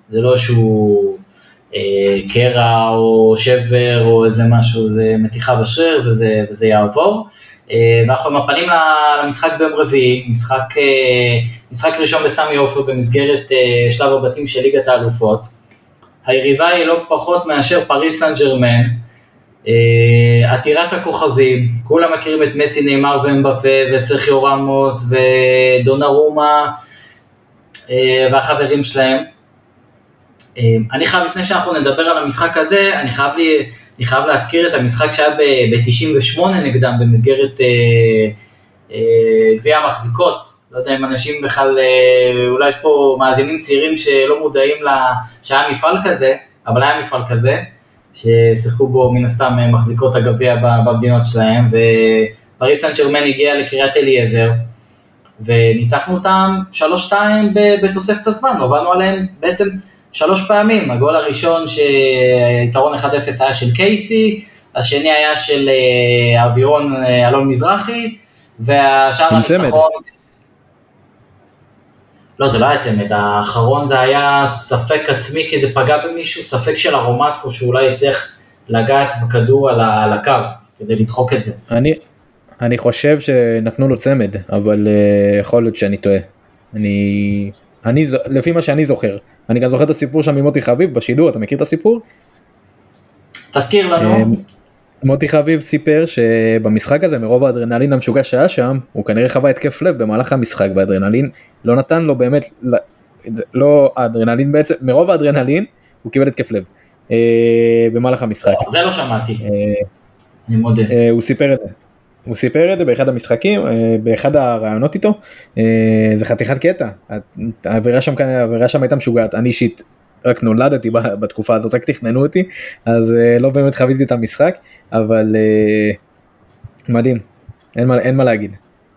זה לא שהוא אה, קרע או שבר או איזה משהו, זה מתיחה בשריר וזה, וזה יעבור. אה, ואנחנו עם הפנים למשחק ביום רביעי, משחק, אה, משחק ראשון בסמי עופר במסגרת אה, שלב הבתים של ליגת האלופות. היריבה היא לא פחות מאשר פריס סן ז'רמן, עתירת הכוכבים, כולם מכירים את מסי, ניימר ואמבפה וסרחיו רמוס ודונרומה והחברים שלהם. אני חייב, לפני שאנחנו נדבר על המשחק הזה, אני חייב, לי, אני חייב להזכיר את המשחק שהיה ב-תשעים ושמונה נגדם במסגרת גביע המחזיקות. לא יודע אם אנשים בכלל, אולי יש פה מאזינים צעירים שלא מודעים שהיה מפעל כזה, אבל היה מפעל כזה, ששיחקו בו מן הסתם מחזיקות הגביע במדינות שלהם, ופריס סן ז'רמן הגיע לקריית אליעזר, וניצחנו אותם שלוש שתיים בתוספת הזמן, הובלנו עליהם בעצם שלוש פעמים, הגול הראשון שיתרון אחד אפס היה של קייסי, השני היה של אבירון אלון מזרחי, והשאר הניצחון... לא, זה לא היה צמד, האחרון זה היה ספק עצמי, כי זה פגע במישהו, ספק של ארומטקו, שאולי יצטרך לגעת בכדור על, על הקו, כדי לדחוק את זה. אני, אני חושב שנתנו לו צמד, אבל uh, יכול להיות שאני טועה. אני, אני, לפי מה שאני זוכר, אני גם זוכר את הסיפור שם ממוטי חביב בשידור, אתה מכיר את הסיפור? תזכיר לנו. מוטי חביב סיפר שבמשחק הזה, מרוב האדרנלין המשוגע שהיה שם, הוא כנראה חווה התקף לב במהלך המשחק, באדרנלין לא נתן לו באמת, לא האדרנלין בעצם, מרוב האדרנלין הוא קיבל התקף לב במהלך המשחק. זה לא שמעתי, אני מודה. הוא סיפר את זה, הוא סיפר את זה באחד המשחקים, באחד הרעיונות איתו, זה חתיכת קטע, העבירה שם, העבירה שם הייתה משוגעת, אני אישית, רק נולדתי בתקופה הזאת, רק תכננו אותי, אז לא באמת חוויתי את המשחק, אבל מדהים, אין מה, אין מה להגיד.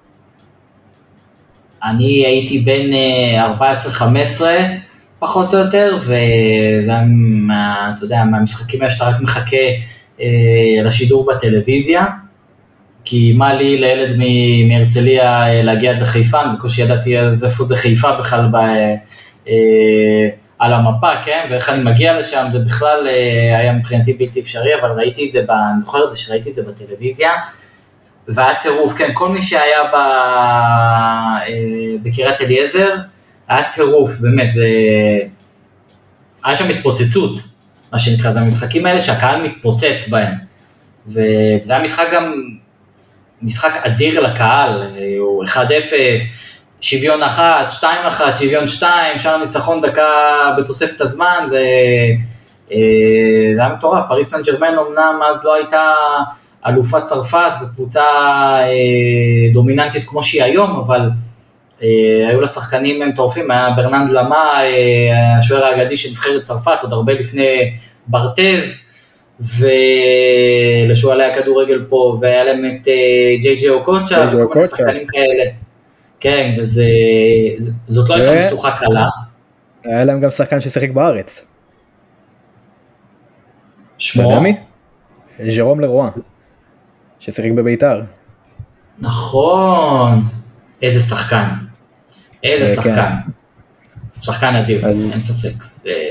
אני הייתי בין ארבע עשרה חמש עשרה, פחות או יותר, וזה היה, מה, אתה יודע, מהמשחקים האלה שאתה רק מחכה לשידור בטלוויזיה, כי מה לי לילד מהרצליה להגיע עד לחיפה, אני בקושי ידעתי אז איפה זה חיפה בכלל ב... על המפה, כן, ואיך אני מגיע לשם, זה בכלל היה מבחינתי בלתי אפשרי, אבל ראיתי את זה, ב... אני זוכר את זה שראיתי את זה בטלוויזיה, והיה טירוף, כן, כל מי שהיה ב... בקריית אליעזר, היה טירוף, באמת, זה... היה שם מתפוצצות, מה שנקרא, זה המשחקים האלה שהקהל מתפוצץ בהם, וזה היה משחק גם, משחק אדיר לקהל, הוא אחד אפס, שוויון אחת, שתיים אחת, שוויון שתיים, שער ניצחון דקה בתוספת הזמן, זה, זה היה מטורף. פריס סן ז'רמן אמנם אז לא הייתה אלופת צרפת וקבוצה דומיננטית כמו שהיא היום, אבל היו לה שחקנים מטורפים, היה ברננד למה, השוער האגדי של נבחרת צרפת, עוד הרבה לפני ברטז, ולשועלי הכדורגל פה, והיה להם את ג'יי ג'יי אוקוצ'ה, וכל מיני שחקנים כאלה. כן, וזאת לא הייתה משוחק קלה. היה להם גם שחקן ששיחק בארץ. שמו? ז'רום לרואה, ששיחק בביתר. נכון, איזה שחקן, איזה שחקן. שחקן אדיר, אין ספק.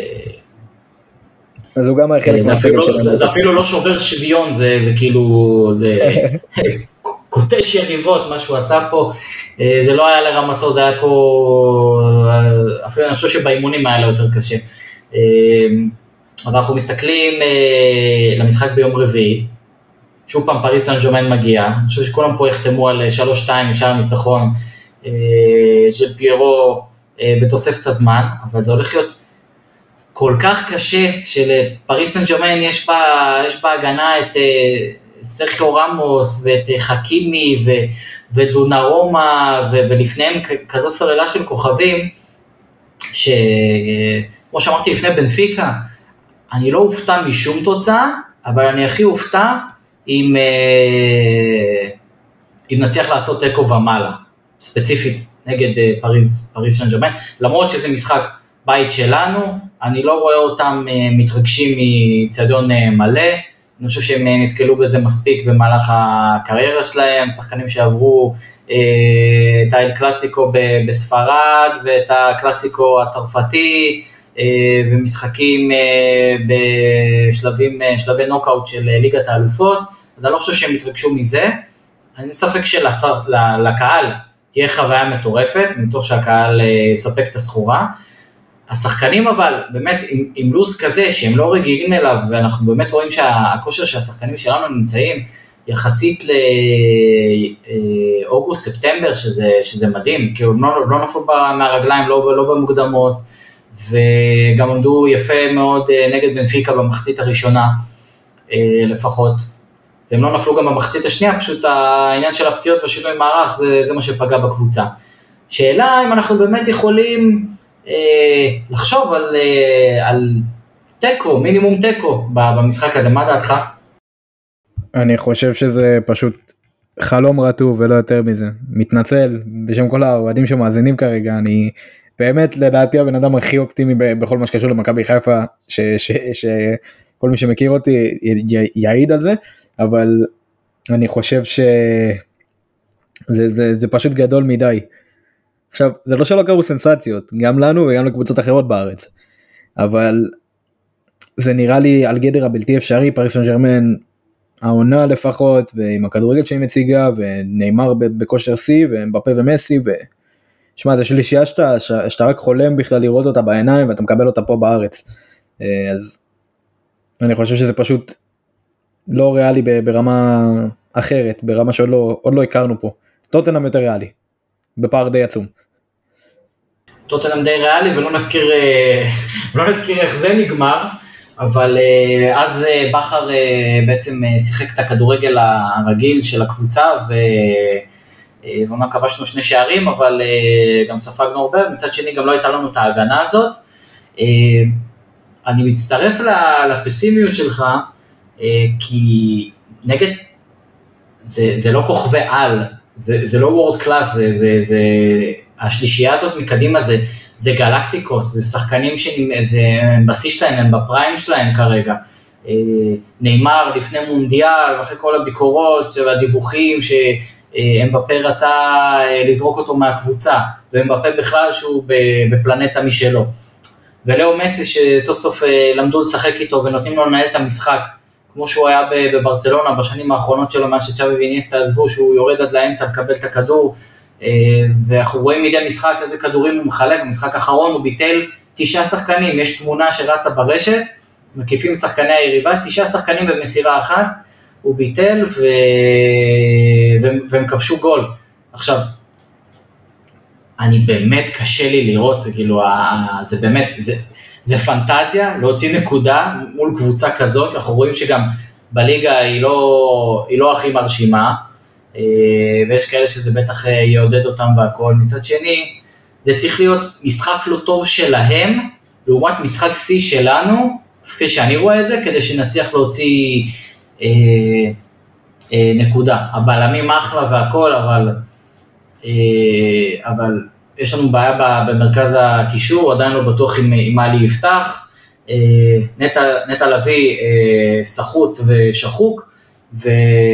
אז הוא גם היה חלק מהסגל שלנו. זה אפילו לא שובר שוויון, זה כאילו... קוטש יריבות, מה שהוא עשה פה, זה לא היה לרמתו, זה היה פה, אפילו אני חושב שבאימונים היה לו יותר קשה. אבל אנחנו מסתכלים למשחק ביום רביעי, שוב פעם פריס סן ז'רמן מגיע, אני חושב שכולם פה יחתמו על שלוש שתיים משער ניצחון של פיירו בתוספת הזמן, אבל זה הולך להיות כל כך קשה, שלפריס סן ז'רמן יש בה, יש בה הגנה את... סרחיו רמוס ואת חכימי ו, ודונרומה ו, ולפניהם כזו סוללה של כוכבים שכמו שאמרתי לפני בנפיקה, אני לא אופתע משום תוצאה, אבל אני הכי אופתע אם, אם נצליח לעשות תיקו ומעלה, ספציפית נגד פריז, פריז סן ז'רמן, למרות שזה משחק בית שלנו, אני לא רואה אותם מתרגשים מצדיון מלא, אני חושב שהם נתקלו בזה מספיק במהלך הקריירה שלהם, שחקנים שעברו אה, את האל קלאסיקו ב- בספרד, ואת הקלאסיקו הצרפתי, ומשחקים בשלבים, שלבי נוקאוט של ליגת האלופות, אז אני לא חושב שהם יתרגשו מזה, אני ספק שלקהל תהיה חוויה מטורפת, מתוך שהקהל יספק את הסחורה, השחקנים אבל באמת עם, עם לו"ז כזה שהם לא רגילים אליו, ואנחנו באמת רואים שהכושר שהשחקנים שלנו נמצאים, יחסית לאוגוסט, ספטמבר, שזה, שזה מדהים, כי הם לא, לא נפלו מהרגליים, לא, לא במוקדמות, וגם עמדו יפה מאוד נגד בנפיקה במחצית הראשונה, לפחות, והם לא נפלו גם במחצית השנייה, פשוט העניין של הפציעות והשינוי מערך, זה, זה מה שפגע בקבוצה. שאלה אם אנחנו באמת יכולים אה, לחשוב על, אה, על טקו, מינימום טקו במשחק הזה, מה דעתך? אני חושב שזה פשוט חלום רטוב ולא יותר מזה, מתנצל בשם כל האוהדים שמאזינים כרגע, אני באמת לדעתי הבן אדם הכי אופטימי בכל מה שקשור למכבי חיפה, שכל מי שמכיר אותי יעיד על זה, אבל אני חושב שזה זה, זה פשוט גדול מדי. עכשיו, זה לא שלא קרו סנסציות, גם לנו וגם לקבוצות אחרות בארץ, אבל זה נראה לי על גדר הבלתי אפשרי, פריס סן ז'רמן העונה לפחות, ועם הכדורגל שהיא מציגה, וניימר בכושר שיא, ומבפה ומסי, ושמע, זה שלישייה שאתה, שאתה רק חולם בכלל לראות אותה בעיניים, ואתה מקבל אותה פה בארץ, אז אני חושב שזה פשוט לא ריאלי ברמה אחרת, ברמה שעוד לא, עוד לא הכרנו פה. טוטנהאם יותר ריאלי, בפער די עצום. טוטנהאם די ריאלי, ולא נזכיר, לא נזכיר איך זה נגמר, אבל אז בכר בעצם שיחק את הכדורגל הרגיל של הקבוצה, ואומנם כבשנו שני שערים, אבל גם ספגנו הרבה, מצד שני גם לא הייתה לנו את ההגנה הזאת. אני מצטרף לפסימיות שלך, כי נגד, זה, זה לא כוכבי על, זה, זה לא וורד קלאס, זה, זה, זה, השלישייה הזאת מקדימה זה, זה גלקטיקוס, זה שחקנים שזה בשיא שלהם, הם בפריים שלהם כרגע, ניימר לפני מונדיאל, אחרי כל הביקורות והדיווחים שאמבפה רצה לזרוק אותו מהקבוצה, ואמבפה בכלל שהוא בפלנטה משלו, ולאו מסי שסוף סוף למדו לשחק איתו ונותנים לו לנהל את המשחק, כמו שהוא היה בברצלונה בשנים האחרונות שלו, מאז שצ'אבי ואיניאסטה עזבו, שהוא יורד עד לאמצע לקבל את הכדור, ואנחנו רואים מדי משחק איזה כדורים הוא מחלק, במשחק האחרון הוא ביטל תשעה שחקנים, יש תמונה שרצה ברשת, מקיפים את שחקני היריבה, תשעה שחקנים במסירה אחת, הוא ביטל ו... והם כבשו גול. עכשיו, אני באמת קשה לי לראות, זה כאילו, זה באמת, זה, זה פנטזיה, להוציא נקודה מול קבוצה כזאת, אנחנו רואים שגם בליגה היא לא, היא לא הכי מרשימה, ויש כאלה שזה בטח יעודד אותם והכל. מצד שני, זה צריך להיות משחק לא טוב שלהם, לעומת משחק C שלנו, כפי שאני רואה את זה, כדי שנצליח להוציא אה, אה, נקודה. הבלמים אחלה והכל, אבל, אה, אבל יש לנו בעיה במרכז הקישור, עדיין לא בטוח אם, אם עלי יפתח, אה, נטע, נטע לוי אה, סחוט ושחוק, ו...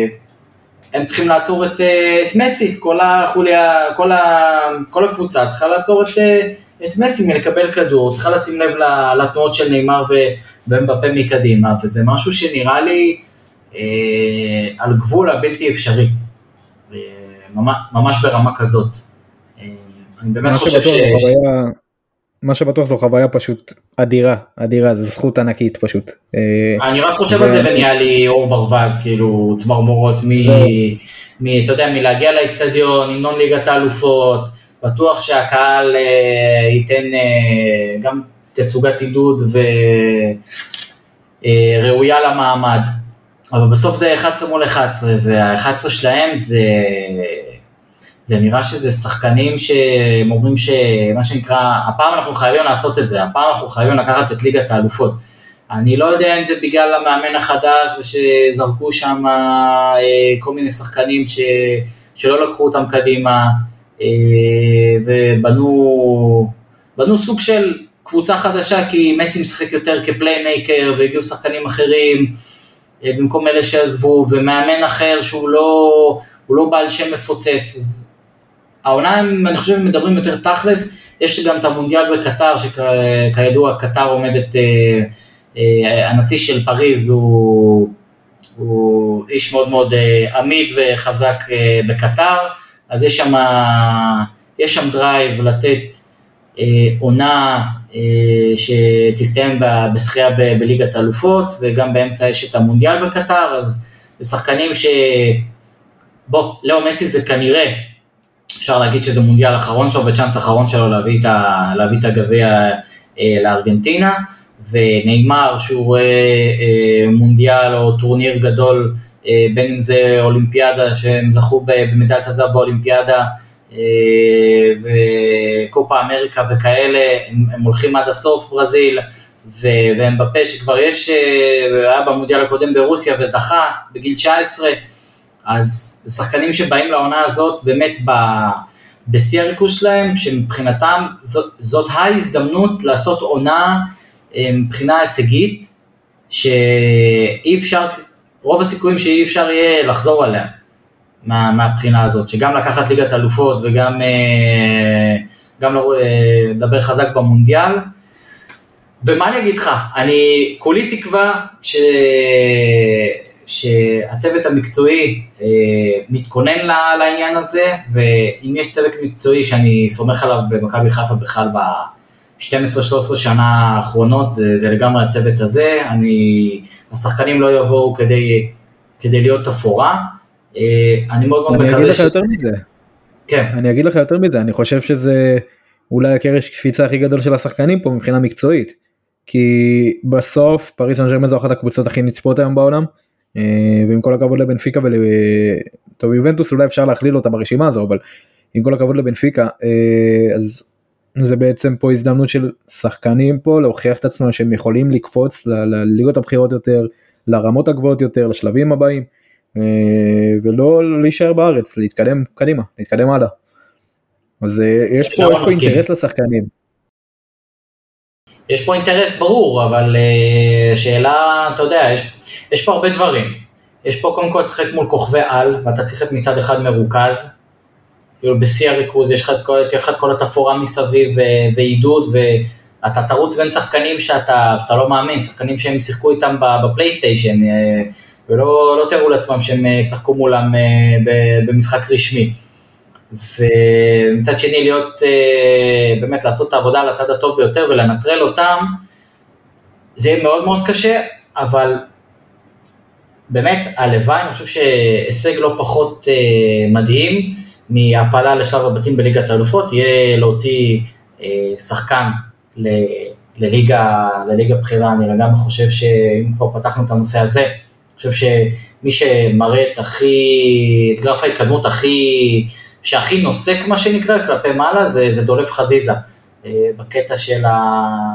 הם צריכים לעצור את, את מסי, כל החוליה, כל, ה, כל הקבוצה צריכה לעצור את, את מסי מלקבל כדור, צריכה לשים לב לתנועות של ניימר ובמבפה מקדימה, וזה משהו שנראה לי אה, על גבול הבלתי אפשרי, אה, ממש, ממש ברמה כזאת. אה, אני באמת חושב ש... חוויה, מה שבטוח זו חוויה פשוט אדירה, אדירה, זו זכות ענקית פשוט. אני רק חושב על זה ונהיה לי אור ברווז, כאילו צמרמורות מ... אתה יודע, מלהגיע לאצטדיון, המנון ליגת האלופות, בטוח שהקהל ייתן גם תצוגת עידוד וראויה למעמד, אבל בסוף זה אחת עשרה מול אחת עשרה, וה-אחת עשרה שלהם זה... זה נראה שזה שחקנים שהם אומרים שמה שנקרא, הפעם אנחנו חייבים לעשות את זה, הפעם אנחנו חייבים לקחת את ליגת האלופות. אני לא יודע אם זה בגלל המאמן החדש, ושזרקו שם כל מיני שחקנים ש, שלא לקחו אותם קדימה, ובנו בנו סוג של קבוצה חדשה, כי מסי משחק יותר כפליימייקר, והגיעו שחקנים אחרים, במקום אלה שעזבו, ומאמן אחר שהוא לא, הוא לא בעל שם מפוצץ, אז העונה, אני חושב, מדברים יותר תכלס, יש גם את המונדיאל בקטר, שכידוע קטר עומדת, הנשיא של פריז הוא, הוא איש מאוד מאוד עמיד וחזק בקטר, אז יש שם, יש שם דרייב לתת עונה שתסתיים בשחייה בליגת האלופות, וגם באמצע יש את המונדיאל בקטר, אז זה שחקנים ש... בוא, לאו מסי זה כנראה, אפשר להגיד שזה מונדיאל אחרון שלו, וצ'אנס אחרון שלו להביא את, ה... להביא את הגביע לארגנטינה, וניימר שהוא רואה מונדיאל או טורניר גדול, בין אם זה אולימפיאדה, שהם זכו במדליית הזהב באולימפיאדה, וקופה אמריקה וכאלה, הם, הם הולכים עד הסוף ברזיל, והם בפה שכבר יש, היה במונדיאל הקודם ברוסיה וזכה בגיל תשע עשרה, אז שחקנים שבאים לעונה הזאת באמת בשיא הריכוז שלהם, שמבחינתם זאת, זאת ההזדמנות לעשות עונה מבחינה הישגית, שאי אפשר, רוב הסיכויים שאי אפשר יהיה לחזור עליה. מה, מהבחינה הזאת, שגם לקחת ליגת אלופות וגם גם לדבר חזק במונדיאל. ומה אני אגיד לך? אני כולי תקווה ש... שהצוות המקצועי מתכונן לעניין הזה, ואם יש צוות מקצועי שאני סומך עליו במכבי חיפה בכלל ב-שתים עשרה שלוש עשרה שנה האחרונות, זה, זה לגמרי הצוות הזה. אני, השחקנים לא יבואו כדי, כדי להיות תפורה, אני מאוד מאוד מקווה אני אגיד לך יותר מזה. כן. אני אגיד לך יותר מזה, אני חושב שזה אולי הקרש קפיצה הכי גדול של השחקנים פה מבחינה מקצועית, כי בסוף פריס סן ז'רמן זו אחת הקבוצות הכי נצפות היום בעולם, ועם כל הכבוד לבנפיקה וטוב יובנטוס אולי אפשר להכליל אותה ברשימה הזו, אבל עם כל הכבוד לבנפיקה, אז זה בעצם פה הזדמנות של שחקנים פה להוכיח את עצמם שהם יכולים לקפוץ לליגות הבכירות יותר, לרמות הגבוהות יותר, לשלבים הבאים, ולא להישאר בארץ, להתקדם קדימה, להתקדם הלאה. אז יש פה, יש פה אינטרס לשחקנים. יש פה אינטרס ברור, אבל שאלה, אתה יודע, יש, יש פה הרבה דברים. יש פה קודם כל שחק מול כוכבי על, ואתה צריך את מצד אחד מרוכז, בשיא הריכוז, יש לך את כל, יש לך את כל התפורה מסביב ועידוד, ואתה תרוץ בין שחקנים שאתה, שאתה לא מאמין, שחקנים שהם שיחקו איתם בפלייסטיישן, ולא לא תראו לעצמם שהם ישחקו מולם במשחק רשמי. ומצד שני להיות, באמת לעשות את העבודה על הצד הטוב ביותר ולנטרל אותם, זה יהיה מאוד מאוד קשה, אבל באמת הלוואי, אני חושב שהישג לא פחות מדהים, מהפעלה לשלב הבתים בליגת האלופות, יהיה להוציא שחקן לליגה, לליגה בחירה. אני לגמרי חושב שאם כבר פתחנו את הנושא הזה, אני חושב שמי שמראה את הכי, את גרף ההתקדמות הכי, שהכי נוסק מה שנקרא כלפי מעלה, זה, זה דולב חזיזה, בקטע של ה,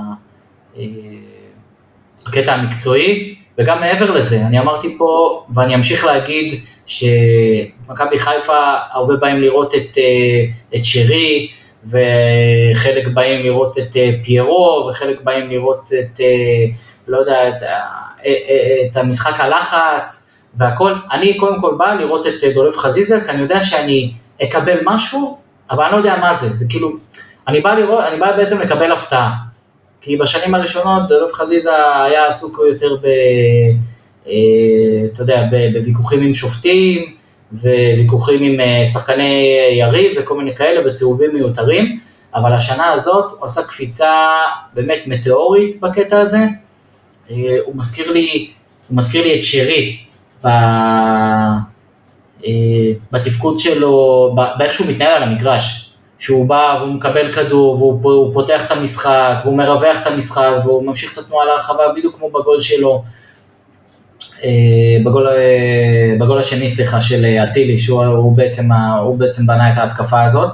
הקטע המקצועי, וגם מעבר לזה, אני אמרתי פה, ואני אמשיך להגיד, שמכבי חיפה הרבה באים לראות את, את שרי, וחלק באים לראות את פיירו, וחלק באים לראות את, לא יודע, את, את המשחק הלחץ, והכל. אני קודם כל בא לראות את דולב חזיזה, כי אני יודע שאני אקבל משהו, אבל אני לא יודע מה זה, זה כאילו, אני בא לראות, אני בא בעצם לקבל הפתעה, כי בשנים הראשונות דולב חזיזה היה עסוק יותר ב... אתה יודע, בוויכוחים עם שופטים, וויכוחים עם שחקני יריב וכל מיני כאלה, וצהובים מיותרים, אבל השנה הזאת הוא עשה קפיצה באמת מטאורית בקטע הזה, הוא מזכיר לי, הוא מזכיר לי את שרי, בתפקוד שלו, באיך שהוא מתנהל על המגרש, שהוא בא והוא מקבל כדור, והוא פותח את המשחק, והוא מרווח את המשחק, והוא ממשיך את התנועה להרחבה, בדיוק כמו בגול שלו, בגול, בגול השני, סליחה, של אצילי, שהוא בעצם, הוא בעצם בנה את ההתקפה הזאת,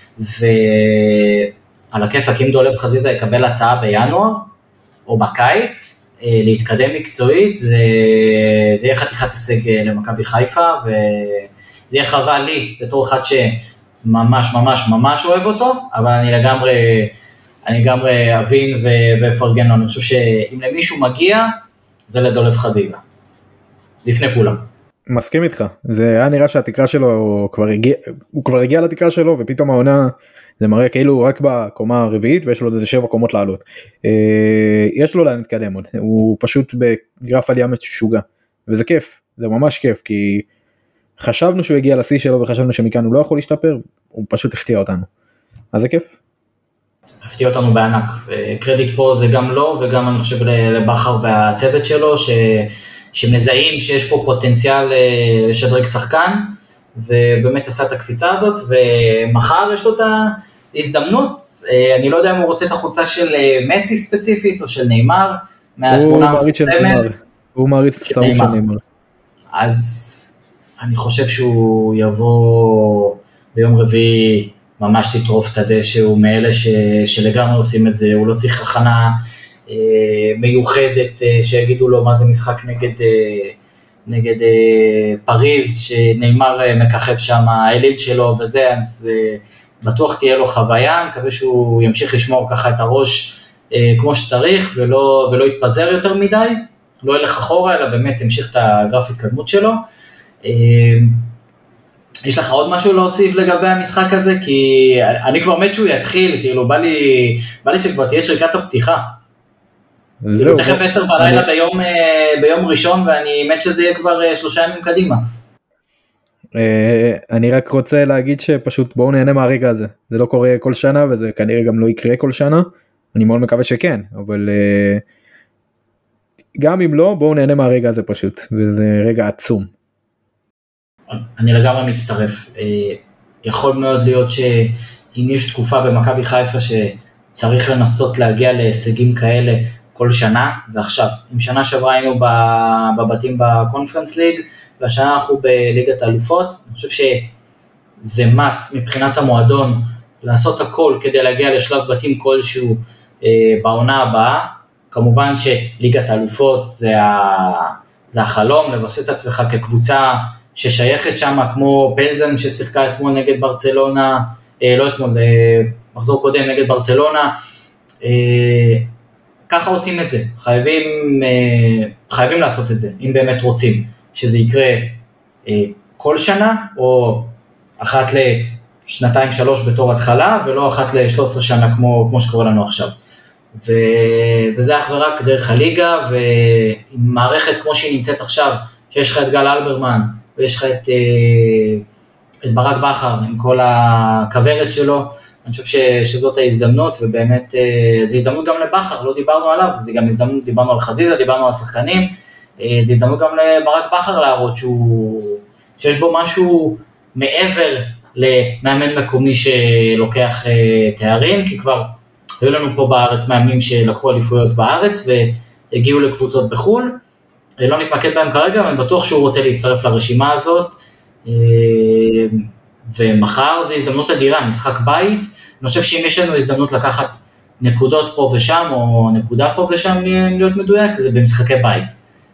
ועל הכיפאק, אם דולב חזיזה יקבל הצעה בינואר, או בקיץ, להתקדם מקצועית, זה, זה יהיה חתיכת הישג למכבי חיפה, וזה יהיה חבל לי, בתור אחד שממש ממש ממש אוהב אותו, אבל אני לגמרי, אני לגמרי אבין ופרגן לו, אני חושב שאם למישהו מגיע, זה לדולב חזיזה. לפני כולם. מסכים איתך, זה היה נראה שהתקרה שלו, הוא כבר הגיע, הוא כבר הגיע לתקרה שלו, ופתאום העונה זה מראה כאילו רק בקומה הרביעית ויש לו עוד איזה שבע קומות לעלות. יש לו לאן להתקדם עוד, הוא פשוט בגרף עלייה משוגע, וזה כיף, זה ממש כיף, כי חשבנו שהוא הגיע לשיא שלו וחשבנו שמכאן הוא לא יכול להשתפר, הוא פשוט הפתיע אותנו, אז זה כיף. הפתיע אותנו בענק, קרדיט פה זה גם לו וגם אני חושב לבחר והצוות שלו, ש... שמזהים שיש פה פוטנציאל לשדרג שחקן, ובאמת עשה את הקפיצה הזאת, ומחר יש לו את ההזדמנות, אני לא יודע אם הוא רוצה את החולצה של מסי ספציפית, או של ניימר, מהתמונה המפוצמת. הוא מעריץ שרוף של ניימר. אז אני חושב שהוא יבוא ביום רביעי, ממש תטרוף את הדשא, הוא מאלה ש... שלגמרי עושים את זה, הוא לא צריך הכנה אה, מיוחדת, אה, שיגידו לו מה זה משחק נגד, אה, נגד אה, פריז, שניימר אה, מככב שם, האליד שלו וזה, אז אה, בטוח תהיה לו חוויה, אני מקווה שהוא ימשיך לשמור ככה את הראש אה, כמו שצריך, ולא, ולא יתפזר יותר מדי, לא ילך אחורה, אלא באמת המשיך את הגרף התקדמות שלו. אה, יש לך עוד משהו להוסיף לגבי המשחק הזה? כי אני כבר מת שהוא יתחיל, כאילו בא לי, בא לי שכבר תהיה שריקת הפתיחה. כאילו תכף עשר בלילה ביום, ביום ראשון, ואני מת שזה יהיה כבר שלושה ימים קדימה. אני רק רוצה להגיד שפשוט בואו נהנה מהרגע הזה. זה לא קורה כל שנה, וזה כנראה גם לא יקרה כל שנה. אני מאוד מקווה שכן, אבל גם אם לא, בואו נהנה מהרגע הזה פשוט, וזה רגע עצום. אני לגמרי מצטרף, יכול מאוד להיות שאם יש תקופה במכבי חיפה שצריך לנסות להגיע להישגים כאלה כל שנה, זה עכשיו. אם שנה שעברה היינו בבתים בקונפרנס ליג, והשנה אנחנו בליגת האלופות, אני חושב שזה must מבחינת המועדון, לעשות הכל כדי להגיע לשלב בתים כלשהו בעונה הבאה, כמובן שליגת האלופות זה, ה... זה החלום, לבסס את עצמך כקבוצה ששייכת שם, כמו פלזן ששיחקה אתמול נגד ברצלונה, אה, לא אתמול, אה, מחזור קודם נגד ברצלונה, אה, ככה עושים את זה, חייבים, אה, חייבים לעשות את זה, אם באמת רוצים, שזה יקרה אה, כל שנה, או אחת לשנתיים שלוש בתור התחלה, ולא אחת ל-שלוש עשרה שנה כמו, כמו שקורה לנו עכשיו. ו... וזה אך ורק דרך הליגה, ועם מערכת כמו שהיא נמצאת עכשיו, שיש לך את גל אלברמן, ויש לך את, את ברק בכר עם כל הכברת שלו, אני חושב ש, שזאת ההזדמנות, ובאמת זו הזדמנות גם לבכר, לא דיברנו עליו, זה גם הזדמנות, דיברנו על חזיזה, דיברנו על שחקנים, זו הזדמנות גם לברק בכר להראות שהוא, שיש בו משהו מעבר למאמן מקומי שלוקח תארים, כי כבר היו לנו פה בארץ מאמנים שלקחו אליפויות בארץ, והגיעו לקבוצות בחול, לא נתמקד בהם כרגע, אני בטוח שהוא רוצה להצטרף לרשימה הזאת, ומחר זו הזדמנות אדירה, משחק בית, אני חושב שאם יש לנו הזדמנות לקחת נקודות פה ושם, או נקודה פה ושם להיות מדויק, זה במשחקי בית.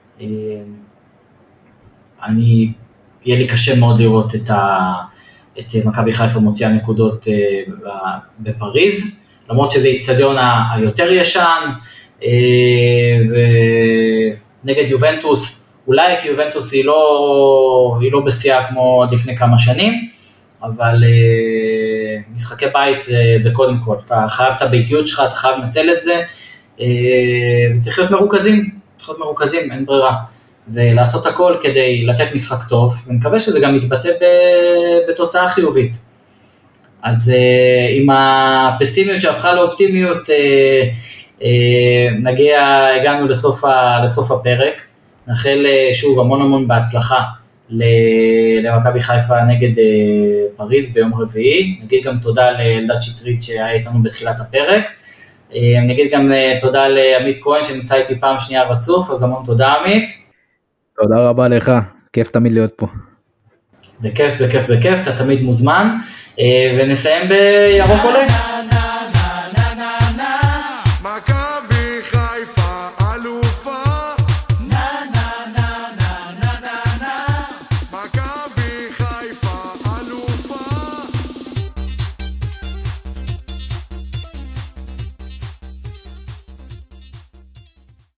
אני, יהיה לי קשה מאוד לראות את, ה, את מכבי חיפה מוציאה נקודות בפריז, למרות שזה האצטדיון היותר ישן, ו... נגד יובנטוס, אולי כי יובנטוס היא לא, היא לא בשיאה כמו עד לפני כמה שנים, אבל אה, משחקי בית זה, זה קודם כל, אתה חייב את הביתיות שלך, אתה חייב לנצל את זה, אה, וצריך להיות מרוכזים, צריך להיות מרוכזים, אין ברירה, ולעשות הכל כדי לתת משחק טוב, ומקווה שזה גם יתבטא בתוצאה חיובית. אז אה, עם הפסימיות שהפכה לאופטימיות, אה, נגיע, הגענו לסוף, ה, לסוף הפרק, נאחל שוב המון המון בהצלחה למכבי חיפה נגד פריז ביום רביעי, נגיד גם תודה לאלדד שטרית שהיה איתנו בתחילת הפרק, נגיד גם תודה לעמית כהן שנמצא איתי פעם שנייה רצוף, אז המון תודה עמית. תודה רבה לך, כיף תמיד להיות פה. בכיף, בכיף, בכיף, אתה תמיד מוזמן, ונסיים בירוק עולה.